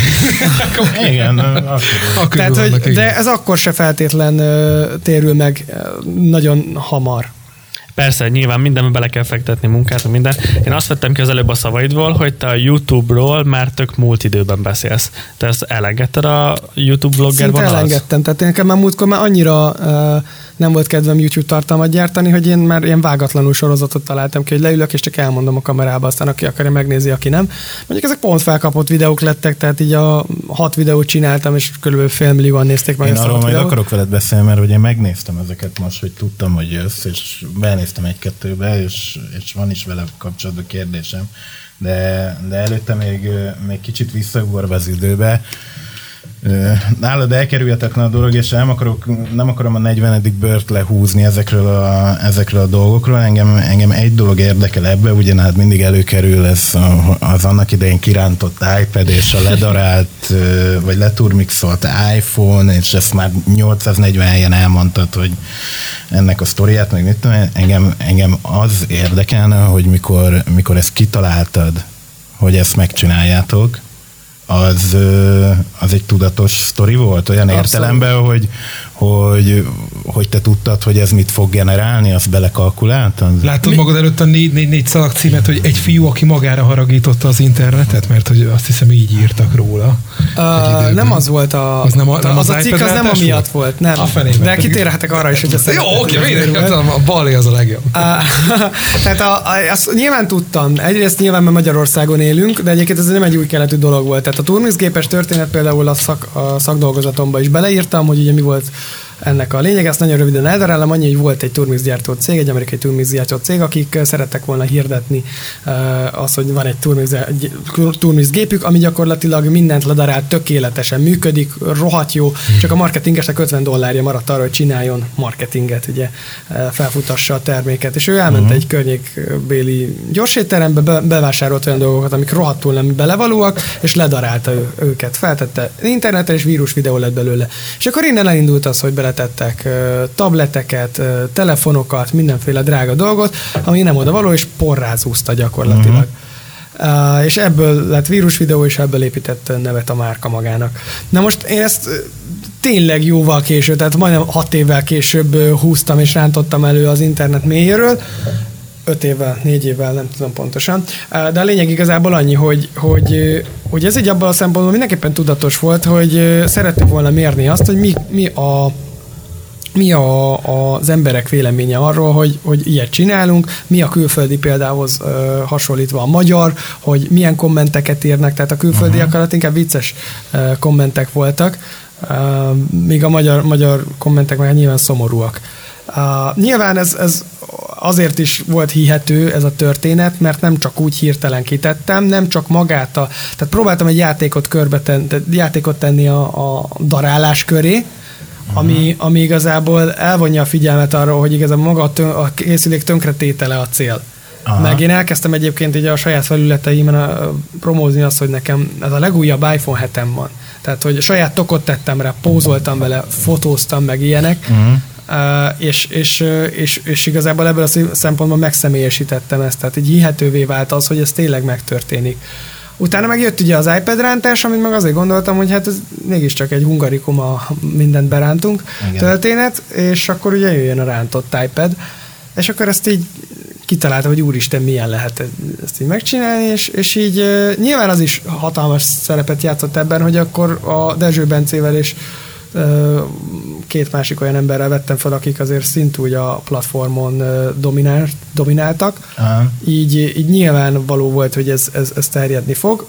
Igen, tehát, hogy, de ez akkor se feltétlen térül meg nagyon hamar. Persze, nyilván mindenbe bele kell fektetni munkát, minden. Én azt vettem ki az előbb a szavaidból, hogy te a YouTube-ról már tök múlt időben beszélsz. Te ezt elengedted a YouTube vlogger vonalat? Elengedtem, tehát nekem már múltkor már annyira nem volt kedvem YouTube tartalmat gyártani, hogy én már ilyen vágatlanul sorozatot találtam ki, hogy leülök, és csak elmondom a kamerába, aztán aki akarja, megnézi, aki nem. Mondjuk ezek pont felkapott videók lettek, tehát így a 6 videót csináltam, és körülbelül 500 millióan nézték meg. Én arról majd akarok veled beszélni, mert ugye megnéztem ezeket most, hogy tudtam, hogy jössz, és benéztem egy-kettőbe, és van is vele kapcsolatban kérdésem, de előtte még kicsit visszagorva az időbe. Nálad elkerülhetetlen a dolog, és nem akarom a 40. bört lehúzni ezekről a dolgokról. Engem egy dolog érdekel ebbe, ugye nálad mindig előkerül az annak idején kirántott iPad és a ledarált, vagy leturmixolt iPhone, és ezt már 840 helyen elmondtad, hogy ennek a sztoriát, meg mit tudom, engem az érdekelne, hogy mikor ezt kitaláltad, hogy ezt megcsináljátok, az egy tudatos sztori volt? Olyan értelemben, hogy te tudtad, hogy ez mit fog generálni, azt belekalkuláltad? Látod magad előtt a 444 szalag címet, hogy egy fiú, aki magára haragította az internetet, mert hogy azt hiszem így írtak róla. Nem az volt az a cikk, az nem amiatt volt. Nem. De kitérhetek arra is, hogy ezt... Jó, oké, a balé az a legjobb. Tehát azt nyilván tudtam. Egyrészt nyilván, mert Magyarországon élünk, de egyébként ez nem egy új keletű dolog volt. Tehát a turmixgépes történet például a szakdolgozatomban is beleírtam, hogy ugye mi volt ennek a lényeg. Ezt nagyon röviden eldarálom, annyi, hogy volt egy turmixgyártó cég, egy amerikai turmixgyártó cég, akik szerettek volna hirdetni azt, hogy van egy turmix gépük, ami gyakorlatilag mindent ledarált, tökéletesen működik, rohadt jó, csak a marketingesnek $50 maradt arra, hogy csináljon marketinget, ugye felfutassa a terméket. És ő elment egy környékbéli gyorsétterembe, bevásárolt olyan dolgokat, amik rohadtul nem belevalóak, és ledarálta őket. Feltette internetre, és vírus videó lett belőle. És akkor innen elindult az, hogy beletettek tableteket, telefonokat, mindenféle drága dolgot, ami nem oda való, és porrázúzta gyakorlatilag. és ebből lett vírusvideó, és ebből épített nevet a márka magának. Na most én ezt tényleg jóval később, tehát majdnem 6 évvel később húztam és rántottam elő az internet mélyéről, 5 évvel, 4 évvel, nem tudom pontosan. De a lényeg igazából annyi, hogy ez így abban a szempontból mindenképpen tudatos volt, hogy szerettem volna mérni azt, hogy mi az emberek véleménye arról, hogy ilyet csinálunk, mi a külföldi példához hasonlítva a magyar, hogy milyen kommenteket írnak, tehát a külföldiek alatt inkább vicces kommentek voltak, míg a magyar kommentek meg nyilván szomorúak. Nyilván ez azért is volt hihető ez a történet, mert nem csak úgy hirtelen kitettem, nem csak magát tehát próbáltam egy játékot tenni a darálás köré, ami igazából elvonja a figyelmet arról, hogy igazából maga a készülék tönkretétele a cél. Aha. Meg én elkezdtem egyébként így a saját felületeimen promózni azt, hogy nekem ez a legújabb iPhone 7-em van. Tehát, hogy saját tokot tettem rá, pózoltam vele, fotóztam meg ilyenek, és igazából ebből a szempontból megszemélyesítettem ezt, tehát így hihetővé vált az, hogy ez tényleg megtörténik. Utána meg jött ugye az iPad rántás, amit meg azért gondoltam, hogy hát ez mégiscsak egy hungarikum, mindent berántunk történet, és akkor ugye jöjjön a rántott iPad, és akkor ezt így kitaláltam, hogy úristen, milyen lehet ezt így megcsinálni, és így nyilván az is hatalmas szerepet játszott ebben, hogy akkor a Dezső Bencével és 2 másik olyan emberrel vettem fel, akik azért szintúgy a platformon domináltak. Így nyilván való volt, hogy ez terjedni fog.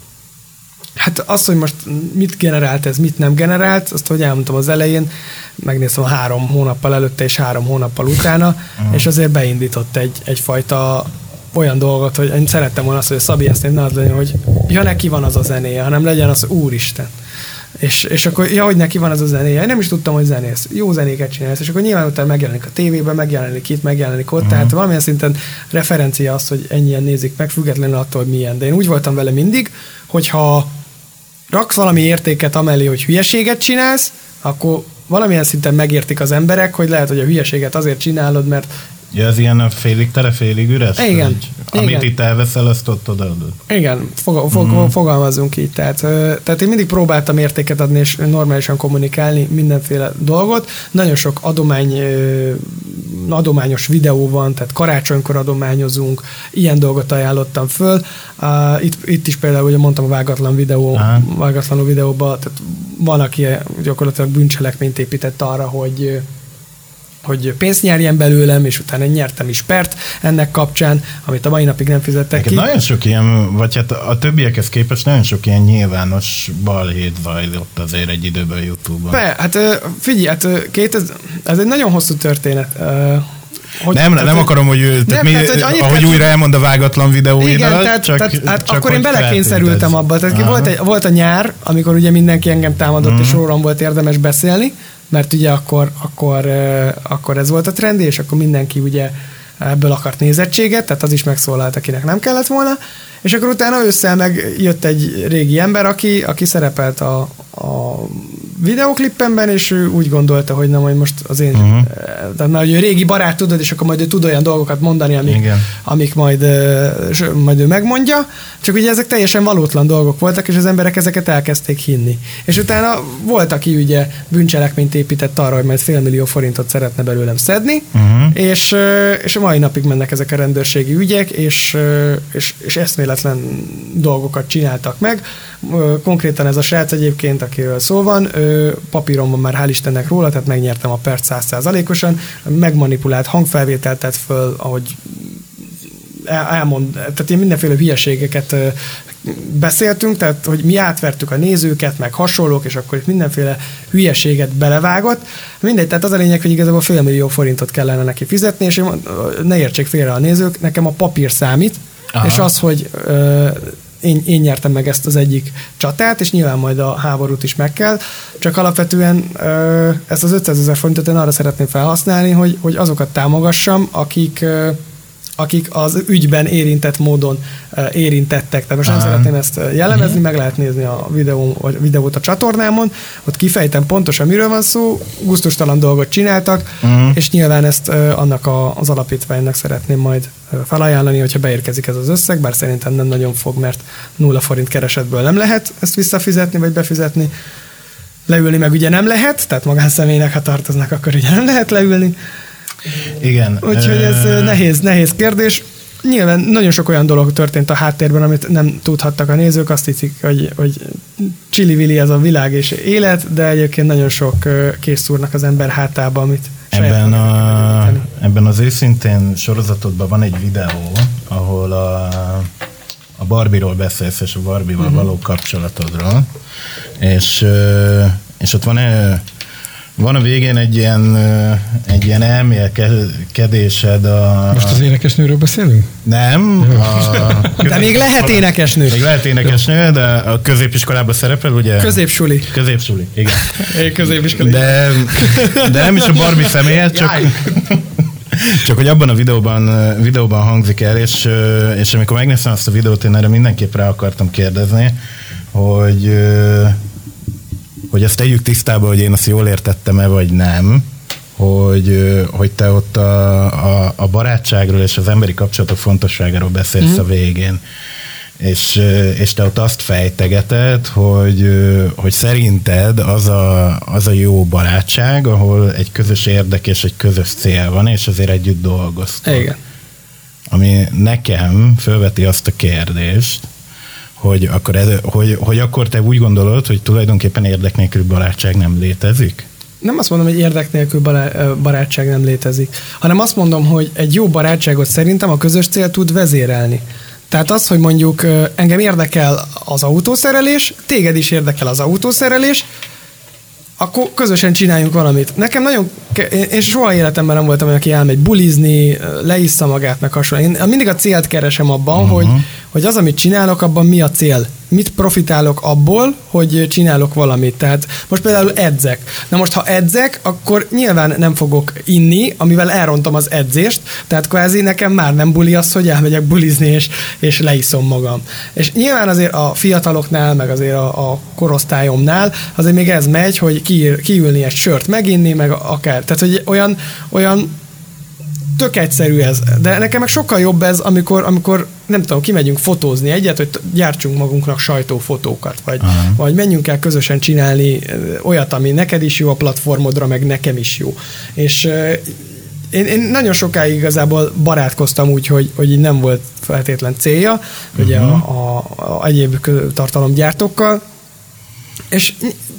Hát az, hogy most mit generált ez, mit nem generált, azt, hogy elmondtam az elején, megnéztem 3 hónappal előtte és 3 hónappal utána, és azért beindított egyfajta olyan dolgot, hogy én szerettem volna azt, hogy a Szabi ezt ne az legyen, hogy ja, neki van az a zenéje, hanem legyen az, úristen. És akkor, ja, hogy neki van az a zenéje. Én nem is tudtam, hogy zenész. Jó zenéket csinálsz, és akkor nyilván utána megjelenik a tévében, megjelenik itt, megjelenik ott, tehát valamilyen szinten referencia az, hogy ennyien nézik meg, függetlenül attól, hogy milyen. De én úgy voltam vele mindig, hogyha raksz valami értéket amellé, hogy hülyeséget csinálsz, akkor valamilyen szinten megértik az emberek, hogy lehet, hogy a hülyeséget azért csinálod, mert ja, ez ilyen félig tele, félig üres? Igen. Amit itt elveszel, azt ott odaadod. Igen, fogalmazzunk így. Tehát én mindig próbáltam értéket adni, és normálisan kommunikálni mindenféle dolgot. Nagyon sok adományos videó van, tehát karácsonykor adományozunk, ilyen dolgot ajánlottam föl. Itt is például, ugye mondtam a vágatlanul videóban, tehát van, aki gyakorlatilag bűncselekményt épített arra, hogy pénzt nyerjen belőlem, és utána nyertem is pert ennek kapcsán, amit a mai napig nem fizettek ki. Nagyon sok ilyen, vagy hát a többiekhez képest nagyon sok ilyen nyilvános balhét zajlott azért egy időben YouTube-on. Hát figyelj, ez egy nagyon hosszú történet. Nem akarom, hogy ahogy újra elmond a vágatlan videóidat, igen, csak akkor én belekényszerültem abba. Tehát volt a nyár, amikor ugye mindenki engem támadott, és rólam volt érdemes beszélni, mert ugye akkor ez volt a trendi, és akkor mindenki ugye ebből akart nézettséget, tehát az is megszólalt, akinek nem kellett volna, és akkor utána ősszel meg jött egy régi ember, aki szerepelt a videóklippemben, és ő úgy gondolta, hogy nem, hogy most az én, tehát már, hogy ő régi barát, tudod, és akkor majd ő tud olyan dolgokat mondani, amik majd ő megmondja, csak ugye ezek teljesen valótlan dolgok voltak, és az emberek ezeket elkezdték hinni. És utána volt, aki ugye bűncselekményt épített arra, hogy majd 500 000 forintot szeretne belőlem szedni, és a mai napig mennek ezek a rendőrségi ügyek, és eszméletlen dolgokat csináltak meg. Konkrétan ez a srác egyébként, akiről szó van, papíron van már, hál' Istennek róla, tehát megnyertem a pert 100%-osan, megmanipulált hangfelvételt tett föl, ahogy elmond, tehát ilyen mindenféle hülyeségeket beszéltünk, tehát hogy mi átvertük a nézőket, meg hasonlók, és akkor itt mindenféle hülyeséget belevágott. Mindegy, tehát az a lényeg, hogy igazából 500 000 forintot kellene neki fizetni, és ne értsék félre a nézők, nekem a papír számít, és az, hogy én nyertem meg ezt az egyik csatát, és nyilván majd a háborút is meg kell, csak alapvetően ezt az 500 000 forintot én arra szeretném felhasználni, hogy azokat támogassam, akik az ügyben érintett módon érintettek. Tehát most nem szeretném ezt jellemezni, meg lehet nézni a videót a csatornámon, ott kifejtem pontosan miről van szó, gusztustalan dolgot csináltak, és nyilván ezt annak az alapítványnak szeretném majd felajánlani, hogyha beérkezik ez az összeg, bár szerintem nem nagyon fog, mert 0 forint keresetből nem lehet ezt visszafizetni, vagy befizetni. Leülni meg ugye nem lehet, tehát magánszemélynek, ha tartoznak, akkor ugye nem lehet leülni. Igen. Úgyhogy ez nehéz kérdés. Nyilván nagyon sok olyan dolog történt a háttérben, amit nem tudhattak a nézők, azt hiszik, hogy csili-vili ez a világ és élet, de egyébként nagyon sok kést szúrnak az ember hátába, amit ebben az őszintén sorozatodban van egy videó, ahol a Barbie-ról beszélsz, és a Barbie-val való kapcsolatodról, és ott van a végén egy ilyen elmélkedésed Most az énekesnőről beszélünk? Nem. De még lehet énekesnő. Még lehet énekesnő, de a középiskolában szerepel, ugye? Középsuli, igen. Középiskolai. De nem is a Barbie személye, csak hogy abban a videóban hangzik el, és amikor megnéztem azt a videót, én erre mindenképp rá akartam kérdezni, hogy ezt tegyük tisztába, hogy én azt jól értettem-e, vagy nem, hogy te ott a barátságról és az emberi kapcsolatok fontosságáról beszélsz a végén. És te ott azt fejtegeted, hogy szerinted az a jó barátság, ahol egy közös érdek és egy közös cél van, és azért együtt dolgoztok. Igen. Ami nekem felveti azt a kérdést, hogy akkor te úgy gondolod, hogy tulajdonképpen érdek nélkül barátság nem létezik? Nem azt mondom, hogy érdek nélkül barátság nem létezik, hanem azt mondom, hogy egy jó barátságot szerintem a közös cél tud vezérelni. Tehát az, hogy mondjuk engem érdekel az autószerelés, téged is érdekel az autószerelés, akkor közösen csináljunk valamit. Nekem én soha életemben nem voltam olyan, aki elmegy bulizni, leissza magát, meg hasonló. Én mindig a célt keresem abban, hogy az, amit csinálok, abban mi a cél. Mit profitálok abból, hogy csinálok valamit. Tehát most például edzek. Na most, ha edzek, akkor nyilván nem fogok inni, amivel elrontom az edzést, tehát kvázi nekem már nem buli az, hogy elmegyek bulizni, és leiszom magam. És nyilván azért a fiataloknál, meg azért a korosztályomnál azért még ez megy, hogy kiülni egy sört meginni, meg akár. Tehát, hogy olyan tök egyszerű ez. De nekem meg sokkal jobb ez, amikor nem tudom, kimegyünk fotózni egyet, hogy gyártsunk magunknak sajtófotókat, vagy menjünk el közösen csinálni olyat, ami neked is jó a platformodra, meg nekem is jó. És én nagyon sokáig igazából barátkoztam úgy, hogy így nem volt feltétlen célja, ugye a egyéb tartalomgyártókkal, és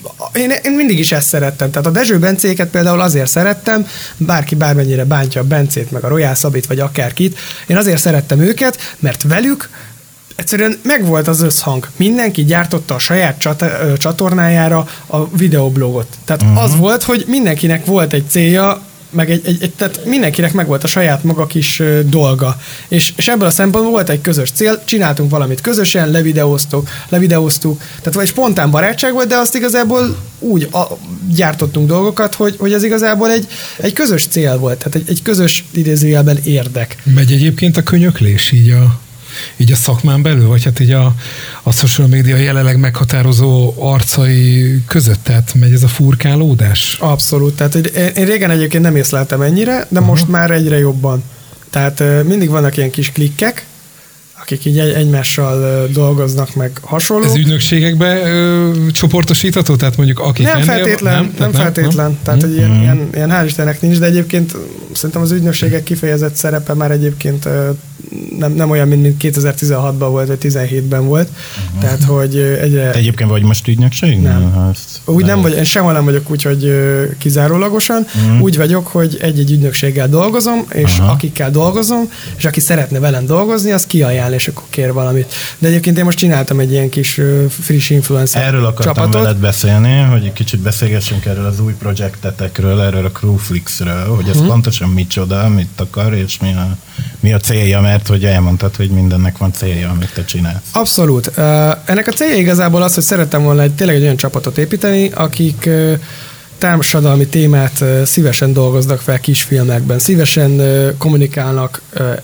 én mindig is ezt szerettem. Tehát a Dezső Bencéket például azért szerettem, bárki bármennyire bántja a Bencét, meg a Royal Szabit, vagy akárkit, én azért szerettem őket, mert velük egyszerűen megvolt az összhang. Mindenki gyártotta a saját csatornájára a videoblogot. Tehát az volt, hogy mindenkinek volt egy célja, meg tehát mindenkinek megvolt a saját maga kis dolga. És ebből a szempontból volt egy közös cél, csináltunk valamit közösen, levideóztuk, tehát vagy spontán barátság volt, de azt igazából úgy gyártottunk dolgokat, hogy ez igazából egy közös cél volt, tehát egy közös idézőjelben érdek. Megy egyébként a könyöklés így a szakmán belül, vagy hát így a social media jelenleg meghatározó arcai között, tehát megy ez a furkálódás? Abszolút, tehát én régen egyébként nem észleltem ennyire, de most már egyre jobban. Tehát mindig vannak ilyen kis klikkek, akik így egymással dolgoznak, meg hasonló. Ez ügynökségekbe csoportosítható? Tehát mondjuk akik nem feltétlen. Tehát egy ilyen hál' Istennek nincs, de egyébként szerintem az ügynökségek kifejezett szerepe már egyébként nem olyan, mint 2016-ban volt, vagy 2017-ben volt. Tehát, hogy egyre... Egyébként vagy most ügynökség? Nem. Úgy nem vagy, én sehol nem vagyok úgy, hogy kizárólagosan. Úgy vagyok, hogy egy ügynökséggel dolgozom, és akikkel dolgozom, és aki szeretne velem dolgozni, az kiajánl, és akkor kér valamit. De egyébként én most csináltam egy ilyen kis friss influencer erről akartam csapatot. Veled beszélni, hogy egy kicsit beszélgessünk erről az új projektetekről, erről a Crewflixről, hogy ez pontosan micsoda, mit akar, és mi a célja, mert hogy elmondtad, hogy mindennek van célja, amit te csinálsz. Abszolút. Ennek a célja igazából az, hogy szerettem volna tényleg egy olyan csapatot építeni, akik társadalmi témát szívesen dolgoznak fel kisfilmekben, szívesen kommunikálnak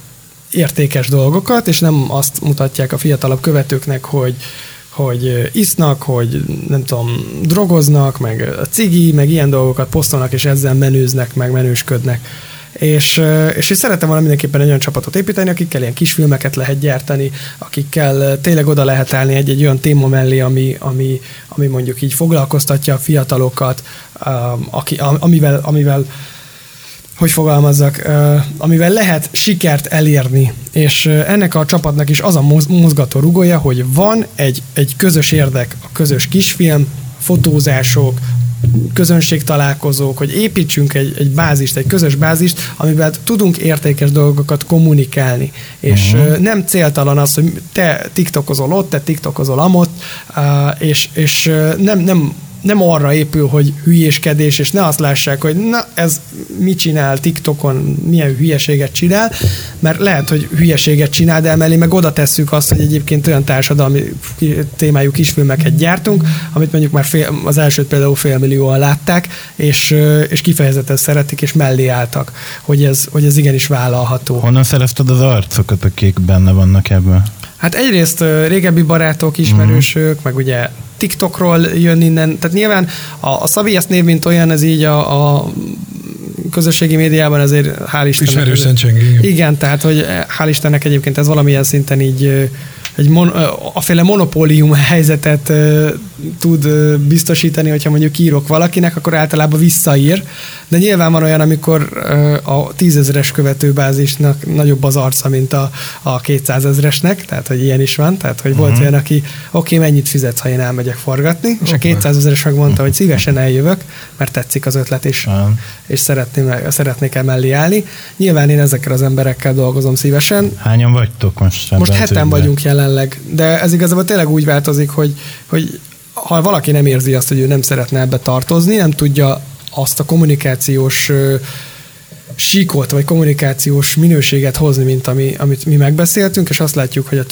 értékes dolgokat, és nem azt mutatják a fiatalabb követőknek, hogy isznak, hogy nem tudom, drogoznak, meg a cigi, meg ilyen dolgokat posztolnak, és ezzel menőznek, meg menősködnek. És szeretem volna mindenképpen egy olyan csapatot építeni, akikkel ilyen kisfilmeket lehet gyártani, akikkel tényleg oda lehet állni egy olyan téma mellé, ami mondjuk így foglalkoztatja a fiatalokat, amivel hogy fogalmazzak, amivel lehet sikert elérni. És ennek a csapatnak is az a mozgató rugója, hogy van egy közös érdek, a közös kisfilm, fotózások, közönségtalálkozók, hogy építsünk egy bázist, egy közös bázist, amivel tudunk értékes dolgokat kommunikálni. És nem céltalan az, hogy te tiktokozol ott, te tiktokozol amott, és nem arra épül, hogy hülyéskedés, és ne azt lássák, hogy na, ez mit csinál TikTokon, milyen hülyeséget csinál, mert lehet, hogy hülyeséget csinál, de emellé meg oda tesszük azt, hogy egyébként olyan társadalmi témájú kisfilmeket gyártunk, amit mondjuk már az elsőt például 500 000-an látták, és kifejezetten szeretik, és mellé álltak, hogy ez igenis vállalható. Honnan szerezted az arcokat, akik benne vannak ebben? Hát egyrészt régebbi barátok, ismerősök, meg ugye TikTokról jön innen, tehát nyilván a Szabi név, mint olyan, ez így a közösségi médiában azért hál' Istennek. Ismerősen csengi. Igen, tehát hogy hál' Istennek egyébként ez valamilyen szinten így aféle monopólium helyzetet tud biztosítani, hogyha mondjuk írok valakinek, akkor általában visszaír, de nyilván van olyan, amikor a 10 000-es követőbázisnak nagyobb az arca, mint a 200 000-esnek, tehát hogy ilyen is van, tehát hogy volt olyan, aki mennyit fizetsz, ha én elmegyek forgatni, és a 200 000-es megmondta, hogy szívesen eljövök, mert tetszik az ötlet, és szeretnék emellé állni. Nyilván én ezekkel az emberekkel dolgozom szívesen. Hányan vagytok most? Most 7-en vagyunk jelenleg, de ez igazából tényleg úgy változik, hogy ha valaki nem érzi azt, hogy ő nem szeretne ebbe tartozni, nem tudja azt a kommunikációs síkot, vagy kommunikációs minőséget hozni, mint amit mi megbeszéltünk, és azt látjuk, hogy a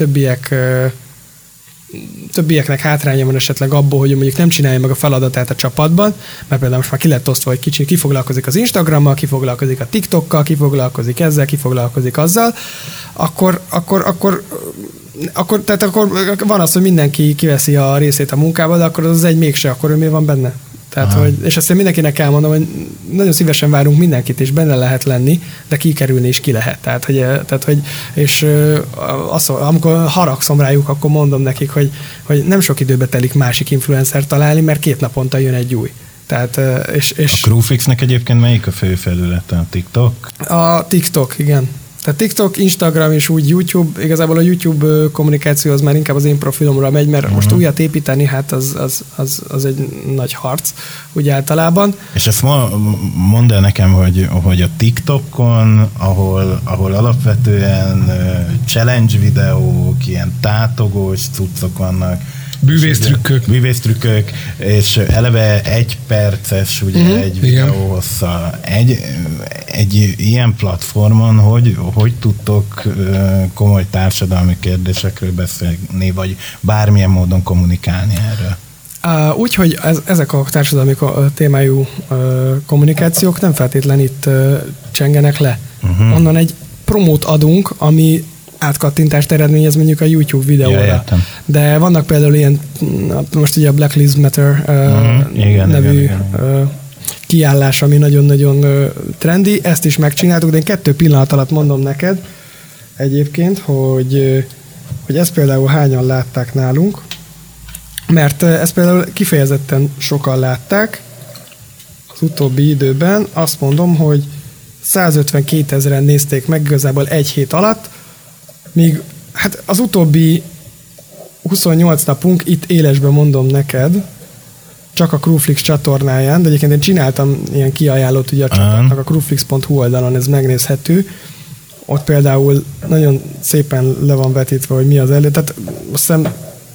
többieknek hátránya van esetleg abból, hogy mondjuk nem csinálja meg a feladatát a csapatban, mert például most már ki lett osztva, hogy ki foglalkozik az Instagrammal, ki foglalkozik a TikTokkal, ki foglalkozik ezzel, ki foglalkozik azzal, akkor van az, hogy mindenki kiveszi a részét a munkába, de akkor az egy mégse, akkor ő miért van benne? Tehát, és azt én mindenkinek elmondom, hogy nagyon szívesen várunk mindenkit, és benne lehet lenni, de kikerülni is ki lehet. Amikor haragszom rájuk, akkor mondom nekik, hogy nem sok időbe telik másik influencer találni, mert 2 naponta jön egy új. Tehát, és a Crewfixnek egyébként melyik a fő felülete? A TikTok? A TikTok, igen. Tehát TikTok, Instagram és úgy YouTube, igazából a YouTube kommunikáció az már inkább az én profilomra megy, mert most újat építeni, hát az egy nagy harc, úgy általában. És ezt mondd el nekem, hogy a TikTokon, ahol alapvetően challenge videók, ilyen tátogós cuccok vannak, bűvésztrükkök, és eleve 1 perces ugye egy videó hossza. Egy ilyen platformon, hogy tudtok komoly társadalmi kérdésekről beszélni, vagy bármilyen módon kommunikálni erről? Úgyhogy ezek a társadalmi témájú kommunikációk nem feltétlen itt csengenek le. Onnan egy promót adunk, ami átkattintást eredményez mondjuk a YouTube videóra. De vannak például ilyen, most ugye a Black Lives Matter nevű kiállás, ami nagyon-nagyon trendi, ezt is megcsináltuk, de én 2 pillanat alatt mondom neked egyébként, hogy ezt például hányan látták nálunk, mert ezt például kifejezetten sokan látták az utóbbi időben, azt mondom, hogy 152 000-en nézték meg igazából 1 hét alatt, míg hát az utóbbi 28 napunk itt élesben mondom neked, csak a Crewflix csatornáján, de egyébként én csináltam ilyen kiajánlót ugye a csapatnak, a crewflix.hu oldalon ez megnézhető. Ott például nagyon szépen le van vetítve, hogy mi az elő. Tehát azt hiszem,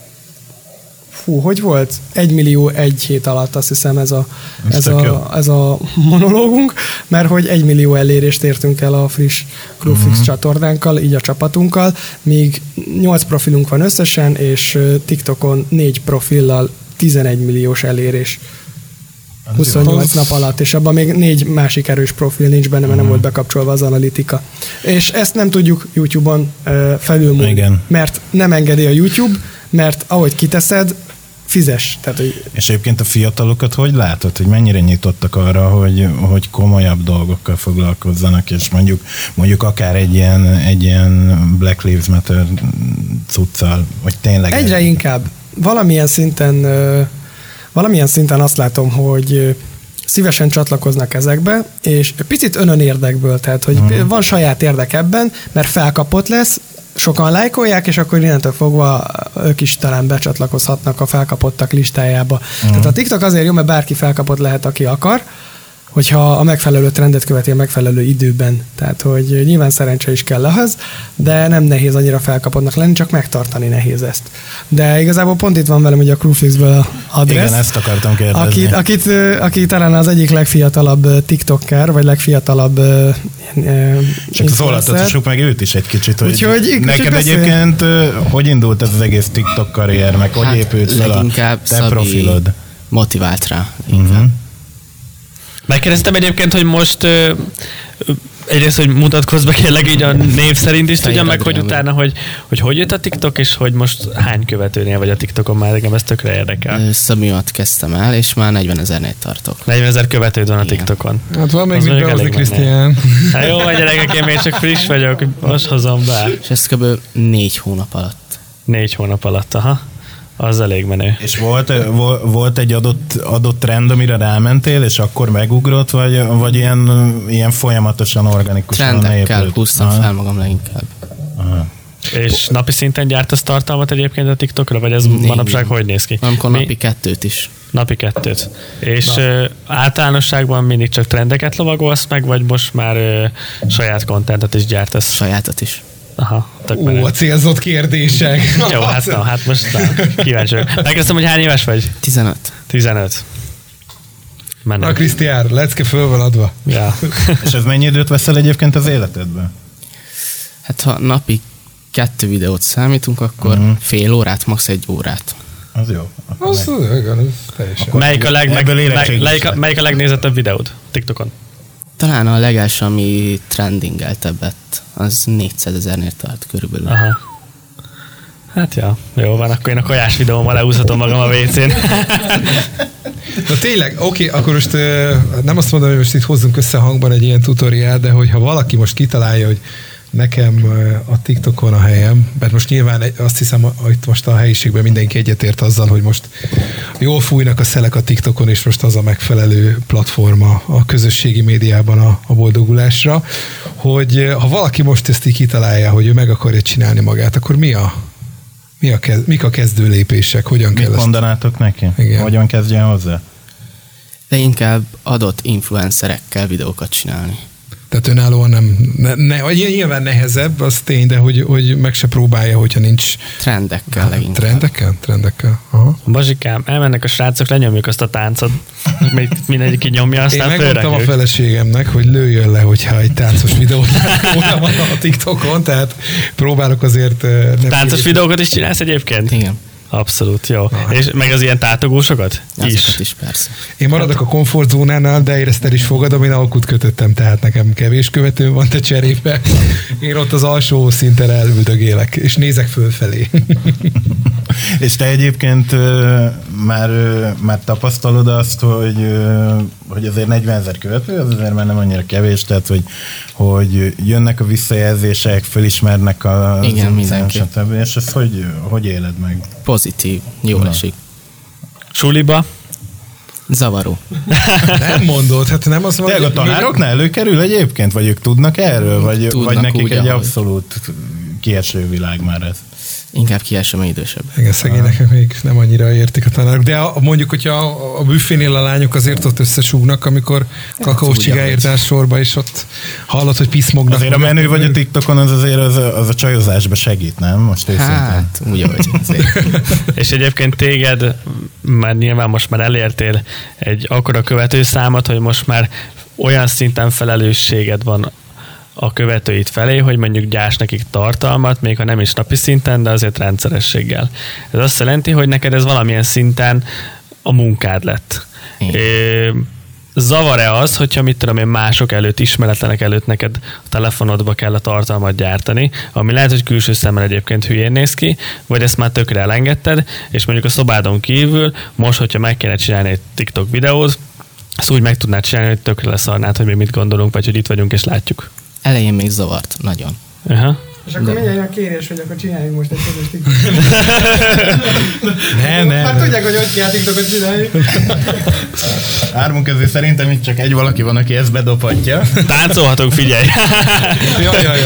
hogy volt? 1 millió 1 hét alatt, azt hiszem ez a monológunk, mert hogy 1 millió elérést értünk el a friss Crewflix csatornánkkal, így a csapatunkkal, míg 8 profilunk van összesen, és TikTokon 4 profillal 11 milliós elérés. 28 nap alatt, és abban még 4 másik erős profil nincs benne, mert nem volt bekapcsolva az analitika. És ezt nem tudjuk YouTube-on felülmúlni, mert nem engedi a YouTube, mert ahogy kiteszed, fizes. Tehát, hogy... És egyébként a fiatalokat hogy látod, hogy mennyire nyitottak arra, hogy komolyabb dolgokkal foglalkozzanak, és mondjuk akár egy ilyen Black Lives Matter cuccal, hogy tényleg... Egyre inkább. Valamilyen szinten azt látom, hogy szívesen csatlakoznak ezekbe, és picit önönérdekből, tehát hogy van saját érdek ebben, mert felkapott lesz, sokan lájkolják, és akkor innentől fogva ők is talán becsatlakozhatnak a felkapottak listájába. Tehát a TikTok azért jó, mert bárki felkapott lehet, aki akar, hogyha a megfelelő trendet követi a megfelelő időben. Tehát, hogy nyilván szerencse is kell ahhoz, de nem nehéz annyira felkapottnak lenni, csak megtartani nehéz ezt. De igazából pont itt van velem ugye a Crewflixből adressz. Igen, ezt akartam kérdezni. Aki talán az egyik legfiatalabb TikToker, vagy legfiatalabb csak szólaltassuk meg őt is egy kicsit, hogy neked egyébként hogy indult ez az egész TikTok karrier, meg hogy épült fel a te profilod? Motivált rá, inkább. Megkérdeztem egyébként, hogy most egyrészt, hogy mutatkozz be kérlek így a név szerint is, tudjam meg, hogy utána, hogy jött a TikTok, és hogy most hány követőnél vagy a TikTokon, már engem ez tökre érdekel. Szabimat kezdtem el, és már 40 000-nél tartok. 40 000 követőd van a TikTokon. Hát van még mit behozni, Krisztián. Hát jó, vagy gyerekek, én még csak friss vagyok, most hozom be. És ez kb. 4 hónap alatt. 4 hónap alatt, aha. Az elég menő. És volt egy adott trend, amire rámentél, és akkor megugrott, vagy ilyen folyamatosan organikusan trendekkel húztam fel magam leginkább. Aha. És napi szinten gyártasz tartalmat egyébként a TikTokra, vagy ez manapság hogy néz ki? Amikor napi 2 is. Napi 2. És általánosságban mindig csak trendeket lovagolsz meg, vagy most már saját kontentet is gyártasz? Sajátot is. Aha, a célzott kérdések. Jó, hát most kíváncsi vagyok. Megkezdtem, hogy hány éves vagy? 15. Mennek. Na Krisztián, lecke föl van adva. Ja. És ez mennyi időt veszel egyébként az életedben? Hát ha napi 2 videót számítunk, akkor fél órát, max. 1 órát. Az jó. Az teljesen. Melyik a legnézettebb videód TikTokon? Talán a legelső, ami trendingeltebbet, az 400 000-nél tart körülbelül. Aha. Hát ja, jó van, akkor én a kajás videómmal leúszhatom magam a WC-n. Na tényleg, oké, akkor most nem azt mondom, hogy most itt hozzunk összehangban egy ilyen tutoriál, de hogyha valaki most kitalálja, hogy nekem a TikTokon a helyem, mert most nyilván azt hiszem, hogy most a helyiségben mindenki egyetért azzal, hogy most jól fújnak a szelek a TikTokon, és most az a megfelelő platforma a közösségi médiában a boldogulásra, hogy ha valaki most ezt így kitalálja, hogy ő meg akarja csinálni magát, akkor mik a kezdő lépések? Hogyan kell Mit mondanátok neki? Igen. Hogyan kezdjen hozzá? De inkább adott influencerekkel videókat csinálni. Tehát önállóan nyilván nehezebb, az tény, de hogy meg se próbálja, hogyha nincs... Trendekkel leginkább. Trendekkel. Aha. Bazsikám, elmennek a srácok, lenyomjuk azt a táncot, mindegyik így nyomja, aztán én megmondtam a feleségemnek, hogy lőjön le, hogyha egy táncos videót van a TikTokon, tehát próbálok azért... Táncos videókat is csinálsz egyébként? Igen. Abszolút, jó. És meg az ilyen tátogósokat? Is, persze. Én maradok a komfortzónánál, de ezt el is fogadom, én alkut kötöttem, tehát nekem kevés követőm van te cserébe. Én ott az alsó szinten elüldögélek, és nézek fölfelé. És te egyébként már tapasztalod azt, hogy azért 40 000 követő, az azért már nem annyira kevés, tehát hogy jönnek a visszajelzések, fölismernek a... Igen, mindenki. És ezt hogy éled meg? Pozitív, jól esik. Suliba? Zavaró. Nem mondod, hát nem azt mondod. A tanároknál előkerül egyébként, vagy ők tudnak erről, vagy nekik egy abszolút kieső világ már ez? Inkább kieső, mert idősebb. Igen, szegények még nem annyira értik a tanárok. De mondjuk, hogyha a büfénél a lányok azért ott összesúgnak, amikor kakaós csigáért áll sorba, és ott hallod, hogy piszmognak. Azért a menő vagy a TikTokon, az a csajozásba segít, nem? Most őszintén. Hát, úgy ahogy. És egyébként téged, már nyilván most már elértél egy akkora követőszámot, hogy most már olyan szinten felelősséged van a követőit felé, hogy mondjuk gyárts nekik tartalmat, még ha nem is napi szinten, de azért rendszerességgel. Ez azt jelenti, hogy neked ez valamilyen szinten a munkád lett. Zavar-e az, hogyha mit tudom én mások előtt, ismeretlenek előtt neked a telefonodba kell a tartalmat gyártani, ami lehet, hogy külső szemmel egyébként hülyén néz ki, vagy ezt már tökre elengedted, és mondjuk a szobádon kívül most, hogyha meg kéne csinálni egy TikTok videót, azt úgy meg tudnád csinálni, hogy tökre leszarnád, hogy mi mit gondolunk, vagy hogy itt vagyunk és látjuk. Elején még zavart, nagyon. Aha. És akkor mindjárt a kérés, hogy akkor csináljunk most egy közös TikTokot. Nem. Hát tudják, hogy kell TikTokot csinálni. Hármunk közül szerintem itt csak egy valaki van, aki ezt bedobhatja. Táncolhatunk, figyelj! Jaj.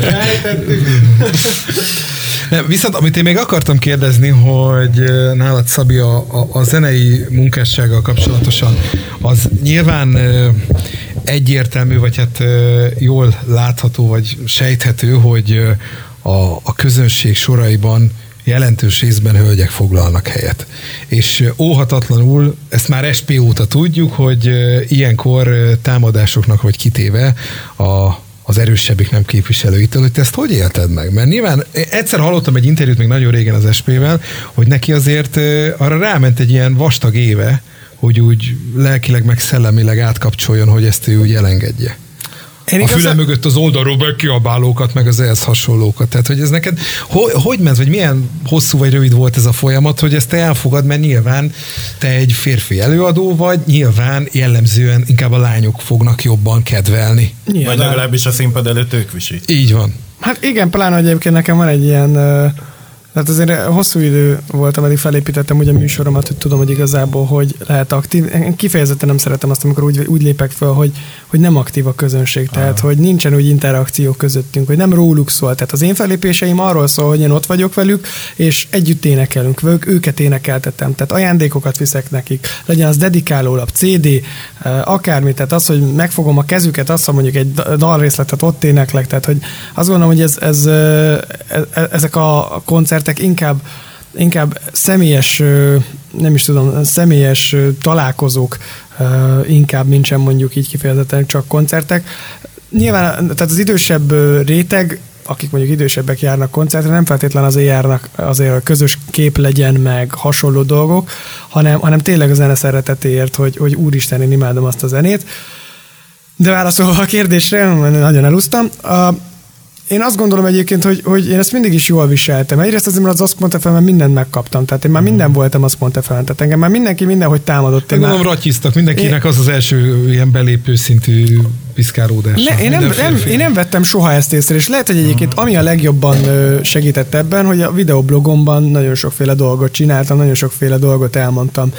Nem, viszont amit én még akartam kérdezni, hogy nálad, Szabi, a zenei munkássággal kapcsolatosan, az nyilván egyértelmű, vagy hát jól látható, vagy sejthető, hogy a közönség soraiban jelentős részben hölgyek foglalnak helyet. És óhatatlanul, ezt már SP óta tudjuk, hogy ilyenkor támadásoknak vagy kitéve az erősebbik nem képviselőitől, hogy te ezt hogy élted meg? Mert nyilván egyszer hallottam egy interjút még nagyon régen az SP-vel, hogy neki azért arra ráment egy ilyen vastag éve, hogy úgy lelkileg meg szellemileg átkapcsoljon, hogy ezt ő úgy elengedje. A füle mögött az oldalról bekiabálókat, meg az ehhez hasonlókat. Tehát, hogy ez neked hogy ment, vagy milyen hosszú vagy rövid volt ez a folyamat, hogy ezt te elfogad, mert nyilván te egy férfi előadó vagy, nyilván jellemzően inkább a lányok fognak jobban kedvelni. Nyilván. Vagy legalábbis a színpad előtt ők visít. Így van. Hát igen, pláne egyébként nekem van egy ilyen... Tehát azért hosszú idő volt, ameddig felépítettem ugye a műsoromat, hogy tudom, hogy igazából hogy lehet aktív. Én kifejezetten nem szeretem azt, amikor úgy lépek fel, hogy nem aktív a közönség, tehát hogy nincsen úgy interakció közöttünk, hogy nem róluk szól. Tehát az én fellépéseim arról szól, hogy én ott vagyok velük, és együtt énekelünk, őket énekeltetem. Tehát ajándékokat viszek nekik, legyen az dedikálólap, CD, akármi, tehát az, hogy megfogom a kezüket, azt, hogy mondjuk egy dalrészletet ott éneklek, tehát hogy azt gondolom, hogy ezek a koncertek inkább személyes, nem is tudom, személyes találkozók inkább, mint sem mondjuk így kifejezetten csak koncertek. Nyilván, tehát az idősebb réteg, akik mondjuk idősebbek járnak koncertre, nem feltétlenül azért járnak, azért a közös kép legyen meg hasonló dolgok, hanem tényleg a zene szeretetéért, hogy úristen, én imádom azt a zenét. De válaszolva a kérdésre, nagyon elúsztam. Én azt gondolom egyébként, hogy én ezt mindig is jól viseltem. Egyrészt azért, mert az Azt FM, mert mindent megkaptam. Tehát én már minden voltam Azt FM, tehát engem már mindenki mindenhogy támadott. Én gondolom ratyiztak, mindenkinek az első ilyen belépő szintű piszkálódása. Én nem vettem soha ezt észre, és lehet, hogy egyébként ami a legjobban segített ebben, hogy a videoblogomban nagyon sokféle dolgot csináltam, nagyon sokféle dolgot elmondtam.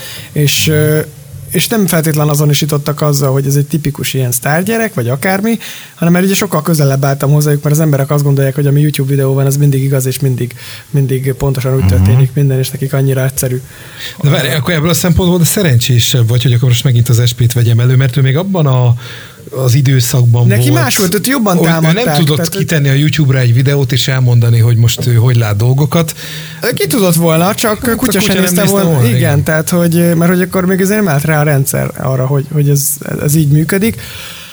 És nem feltétlenül azonosítottak azzal, hogy ez egy tipikus ilyen sztárgyerek, vagy akármi, hanem mert ugye sokkal közelebb álltam hozzájuk, mert az emberek azt gondolják, hogy ami YouTube videó van, az mindig igaz, és mindig pontosan úgy történik minden, és nekik annyira egyszerű. De várj, akkor ebből a szempontból de szerencsésebb vagy, hogy akkor most megint az SP-t vegyem elő, mert ő még abban az időszakban neki volt. más volt, hogy jobban támadták. Nem tudott kitenni a YouTube-ra egy videót és elmondani, hogy most ő hogy lát dolgokat. Ki tudott volna, csak kutya sem nézte volna. Igen, tehát mert hogy akkor még azért nem állt rá a rendszer arra, hogy ez így működik.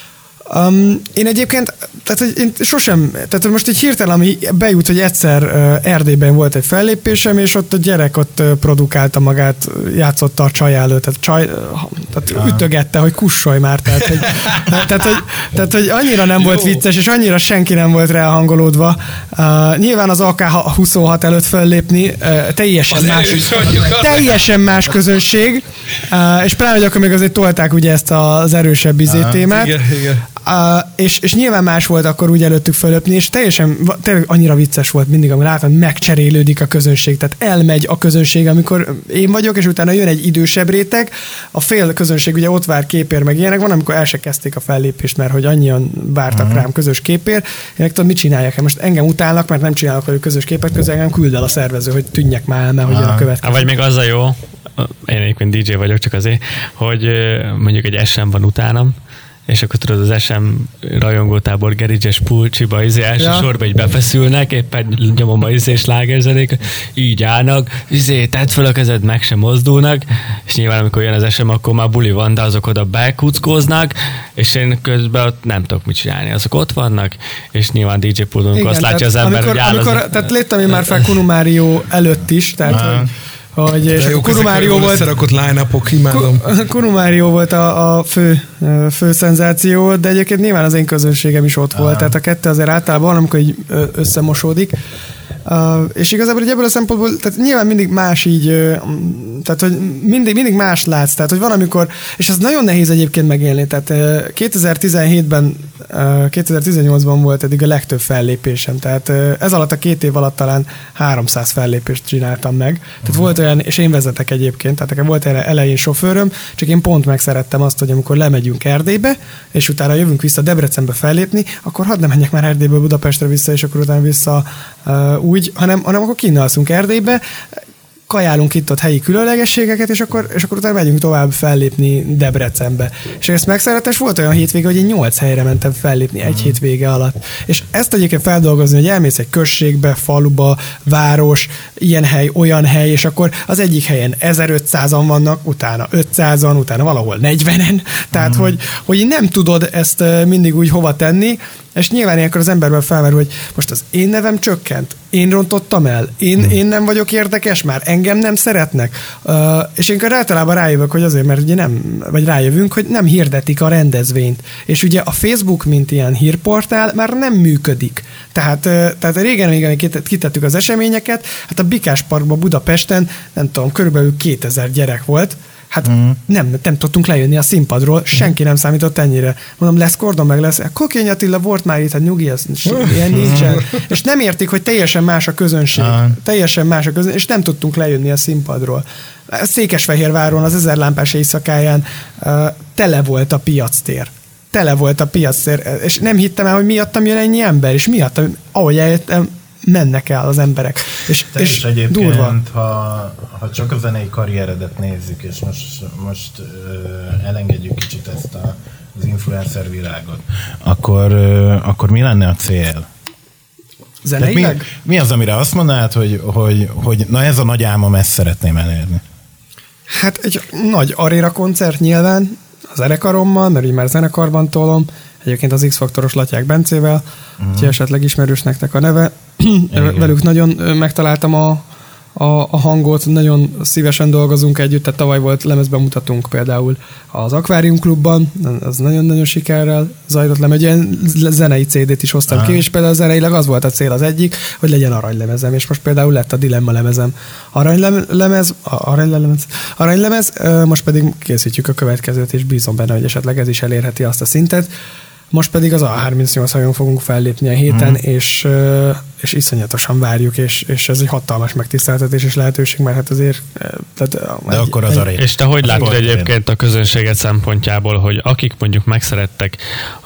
Én egyébként, tehát hogy én sosem, tehát most egy hirtelen, ami bejut, hogy egyszer Erdélyben volt egy fellépésem, és ott a gyerek ott produkálta magát, játszotta a csaj előtt, tehát ütögette, hogy kussolj már, tehát, hogy annyira nem volt vicces, és annyira senki nem volt rá hangolódva. Nyilván az AK-26 előtt fellépni teljesen más közönség, és pláne, hogy akkor még azért tolták ugye ezt az erősebb témát. Igen. És nyilván más volt akkor úgy előttük fölöpni, és tényleg annyira vicces volt mindig, amikor látom, hogy megcserélődik a közönség, tehát elmegy a közönség, amikor én vagyok, és utána jön egy idősebb réteg, a fél közönség ugye ott vár képér, meg ilyenek van, amikor el se kezdték a fellépést, mert hogy annyian vártak rám közös képér, én tudom, mit csinálják? Most engem utálnak, mert nem csinálok velük közös képet, közben engem küld el a szervező, hogy tűnjek már el, mert hogy jön a következő. Vagy még az a jó, én egyébként DJ vagyok csak azért, hogy mondjuk egy SM van utánam, és akkor tudod, az SM rajongótábor geridzses pulcsiba első sorba így befeszülnek, éppen nyomom a slágerzenék, így állnak, tedd föl a kezed, meg sem mozdulnak, és nyilván amikor jön az SM, akkor már buli van, de azok oda bekuckóznak, és én közben ott nem tudok mit csinálni. Azok ott vannak, és nyilván DJ pulton, azt látja az ember, hogy áll tehát léptem én már fel Kunu Mário előtt is, tehát és Kuru Mário volt. Összerakott line-upok, imádom. Kuru Mário volt a fő szenzáció, de egyébként nyilván az én közönségem is ott volt, tehát a kettő azért általában van, amikor így összemosódik. És igazából ebből a szempontból, tehát nyilván mindig más így, tehát hogy mindig más látsz, tehát hogy van amikor, és ez nagyon nehéz egyébként megélni, tehát 2017-ben, 2018-ban volt eddig a legtöbb fellépésem, tehát ez alatt a 2 év alatt talán 300 fellépést csináltam meg, tehát volt olyan, és én vezetek egyébként, tehát nekem volt elején sofőröm, csak én pont megszerettem azt, hogy amikor lemegyünk Erdélybe, és utána jövünk vissza Debrecenbe fellépni, akkor hadd ne menjek már Erdélyből Budapestre vissza, és akkor utána vissza úgy, hanem akkor kinn alszunk Erdélybe, kajálunk itt-ott helyi különlegességeket, és akkor utána megyünk tovább fellépni Debrecenbe. És ezt megszerettem, és volt olyan hétvége, hogy én 8 helyre mentem fellépni egy hétvége alatt. És ezt egyébként feldolgozni, hogy elmész egy községbe, faluba, város, ilyen hely, olyan hely, és akkor az egyik helyen 1500-an vannak, utána 500-an, utána valahol 40-en. Tehát, hogy nem tudod ezt mindig úgy hova tenni, és nyilván ilyenkor az emberben felmerül, hogy most az én nevem csökkent, én rontottam el, én nem vagyok érdekes már, engem nem szeretnek. És én általában rájövök, hogy azért, mert ugye nem, vagy rájövünk, hogy nem hirdetik a rendezvényt. És ugye a Facebook, mint ilyen hírportál már nem működik. Tehát régen még kitettük az eseményeket, hát a Bikás Parkban Budapesten, nem tudom, körülbelül 2000 gyerek volt, hát nem tudtunk lejönni a színpadról, senki nem számított ennyire. Mondom, lesz Kordon, meg lesz. Kokény Attila volt már itt, hát nyugi, ez ilyen nincsen. És nem értik, hogy teljesen más a közönség. Teljesen más a közönség, és nem tudtunk lejönni a színpadról. Székesfehérváron, az 1000 lámpás éjszakáján tele volt a piactér. Tele volt a piactér, és nem hittem el, hogy miattam jön ennyi ember, és miattam, ahogy eljöttem, mennek el az emberek. És egyébként, durva. Ha csak a zenei karrieredet nézzük, és most elengedjük kicsit ezt az influencer világot, akkor mi lenne a cél? Zeneileg? Mi az, amire azt mondanád, hogy na ez a nagy álmom, ezt szeretném elérni? Hát egy nagy aréna koncert nyilván, a zenekarommal, mert így már zenekarban tolom, egyébként az X-faktoros Latyák Bencével, úgyhogy esetleg ismerős nektek a neve. Velük nagyon megtaláltam a hangot, nagyon szívesen dolgozunk együtt, tehát tavaly volt lemezbemutatunk például az Akvárium Klubban, az nagyon-nagyon sikerrel zajlott le, egy ilyen zenei CD-t is hoztam ki, és például zeneileg az volt a cél az egyik, hogy legyen aranylemezem, és most például lett a Dilemma lemezem. Aranylemez, most pedig készítjük a következőt, és bízom benne, hogy esetleg ez is elérheti azt a szintet. Most pedig az A38-on fogunk fellépni a héten, és iszonyatosan várjuk, és ez egy hatalmas megtiszteltetés és lehetőség, mert hát azért... akkor az aréna. És te hogy látod egyébként a közönséget szempontjából, hogy akik mondjuk megszerettek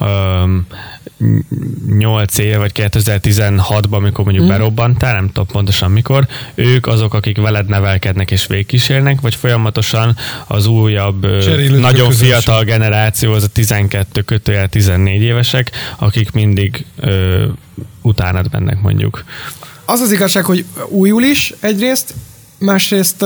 8 éve, vagy 2016-ban, amikor mondjuk berobbantál, nem tudom pontosan mikor, ők azok, akik veled nevelkednek és végigkísérnek, vagy folyamatosan az újabb, nagyon fiatal generáció, az a 12-14 évesek, akik mindig utánad mennek mondjuk. Az az igazság, hogy újul is egyrészt, másrészt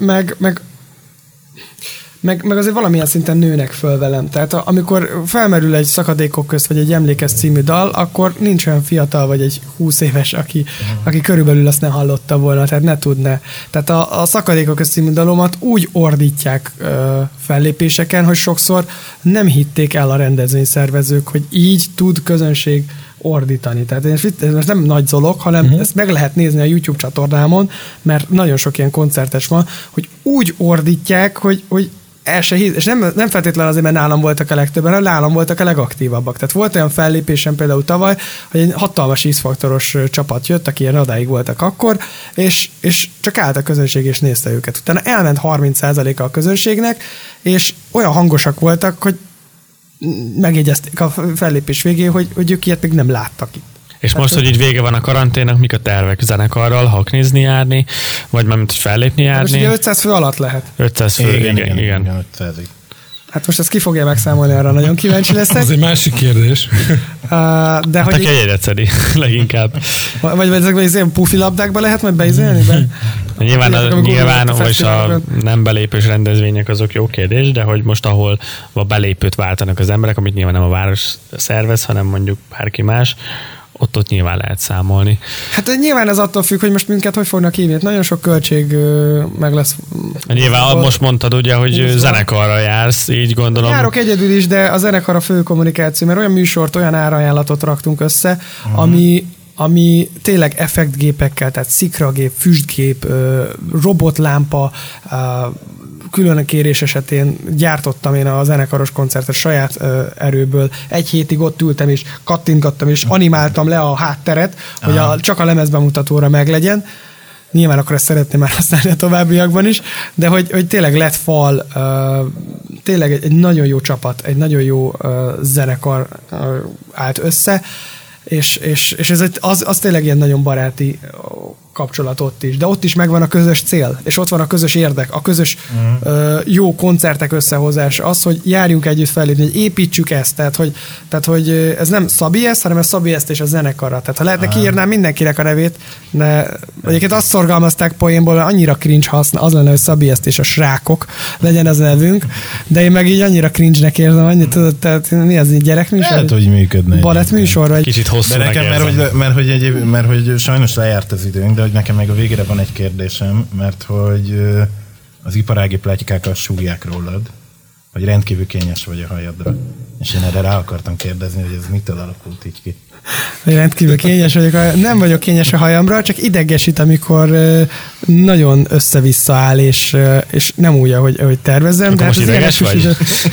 meg azért valamilyen szinten nőnek föl velem. Tehát amikor felmerül egy Szakadékok közt, vagy egy Emlékez című dal, akkor nincs olyan fiatal, vagy egy 20 éves, aki körülbelül azt nem hallotta volna, tehát ne tudná. Tehát a Szakadékok közt című dalomat úgy ordítják fellépéseken, hogy sokszor nem hitték el a rendezvényszervezők, hogy így tud közönség ordítani. Tehát ez nem nagy zolog, hanem ezt meg lehet nézni a YouTube csatornámon, mert nagyon sok ilyen koncertes van, hogy úgy ordítják, hogy el se hisz, és nem feltétlenül azért, mert nálam voltak a legtöbben, hanem nálam voltak a legaktívabbak. Tehát volt olyan fellépésem például tavaly, hogy egy hatalmas X-faktoros csapat jött, aki ilyen radáig voltak akkor, és csak állt a közönség és nézte őket. Utána elment 30%-a a közönségnek, és olyan hangosak voltak, hogy megjegyezték a fellépés végén, hogy ők ilyet még nem láttak itt. És most, hogy így vége van a karanténnak, mik a tervek zenekarral, haknizni járni, vagy már mint hogy fellépni járni? Most ugye 500 fő alatt lehet. 500 fő, igen. 500-ig. Hát most ezt ki fogja megszámolni, arra nagyon kíváncsi leszek. Az egy másik kérdés. De hogy egy jegyet szedi, leginkább. Vagy ezekben az ilyen pufi labdákba lehet majd beizélni? Nyilván és a nem belépős rendezvények azok jó kérdés, de hogy most ahol a belépőt váltanak az emberek, amit nyilván nem a város szervez, hanem mondjuk bárki más, ott nyilván lehet számolni. Hát nyilván ez attól függ, hogy most minket hogy fognak hívni. Nagyon sok költség meg lesz. Nyilván most mondtad ugye, hogy zenekarra jársz, így gondolom. Járok egyedül is, de a zenekar a fő kommunikáció, mert olyan műsort, olyan árajánlatot raktunk össze, ami tényleg effektgépekkel, tehát szikragép, füstgép, robotlámpa, külön kérés esetén gyártottam én a zenekaros koncertet saját erőből. Egy hétig ott ültem és kattintgattam és animáltam le a hátteret, hogy csak a lemezbemutatóra meglegyen. Nyilván akkor ezt szeretném már használni a továbbiakban is, de hogy tényleg lett fal, tényleg egy nagyon jó csapat, egy nagyon jó zenekar állt össze, és ez az tényleg ilyen nagyon baráti kapcsolat ott is. De ott is megvan a közös cél, és ott van a közös érdek, a közös jó koncertek összehozása, az, hogy járjunk együtt fellépni, hogy építsük ezt, tehát hogy ez nem Szabi ezt, hanem ez Szabi ezt és a zenekarra. Tehát ha lehetne, kiírnám mindenkinek a nevét, de egyébként azt szorgalmazták poénból, annyira cringe, ha az lenne, hogy Szabi ezt és a srákok legyen az nevünk, de én meg így annyira cringe-nek érzem, annyit tudod, tehát mi az így gyerekműsor? Lehet, hogy működne. Balettműsor? Vagy... Kicsit hosszú. De nekem, mert hogy sajnos lejárt az időnk, de hogy nekem még a végére van egy kérdésem, mert hogy az iparági pletykákkal súgják rólad, hogy rendkívül kényes vagy a hajadra. És én erre rá akartam kérdezni, hogy ez mitől alakult így ki. Rendkívül kényes vagyok. Nem vagyok kényes a hajamra, csak idegesít, amikor nagyon össze-vissza áll, és nem úgy, ahogy tervezem. De most ideges vagy?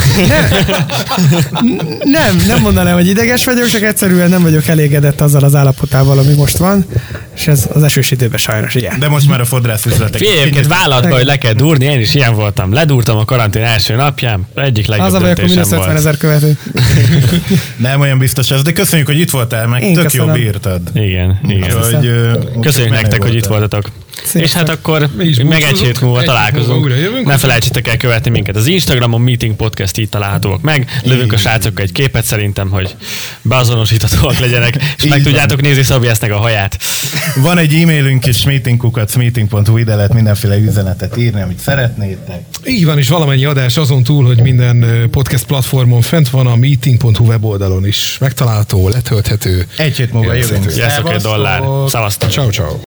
Nem mondanám, hogy ideges vagyok, csak egyszerűen nem vagyok elégedett azzal az állapotával, ami most van, és ez az esős időben sajnos ilyen. De most már a fodrászüzletek. Figyelj, vállalta, hogy le kell durni, én is ilyen voltam. Ledúrtam a karantén első napján, egyik legjobb döntésem volt. Az a baj, akkor -50,000 követő. Nem olyan biztos ez, de köszönjük, hogy itt voltál, meg én tök köszönöm. jobb írtad. Igen. Köszönjük nektek, hogy itt voltatok. Szépen. És hát akkor meg egy hét múlva találkozunk. Ne felejtsétek el követni minket az Instagramon, Meeting Podcast, így találhatóak meg. Lövünk a srácokkal egy képet szerintem, hogy beazonosíthatóak legyenek, és meg tudjátok nézni Szabi esznek a haját. Van egy e-mailünk is, meeting.hu, ide lehet mindenféle üzenetet írni, amit szeretnétek. Így van, és valamennyi adás azon túl, hogy minden podcast platformon fent van, a meeting.hu weboldalon is megtalálható, letölthető. Egy hét múlva jövünk. $1. Szevasztok. Ciao, ciao.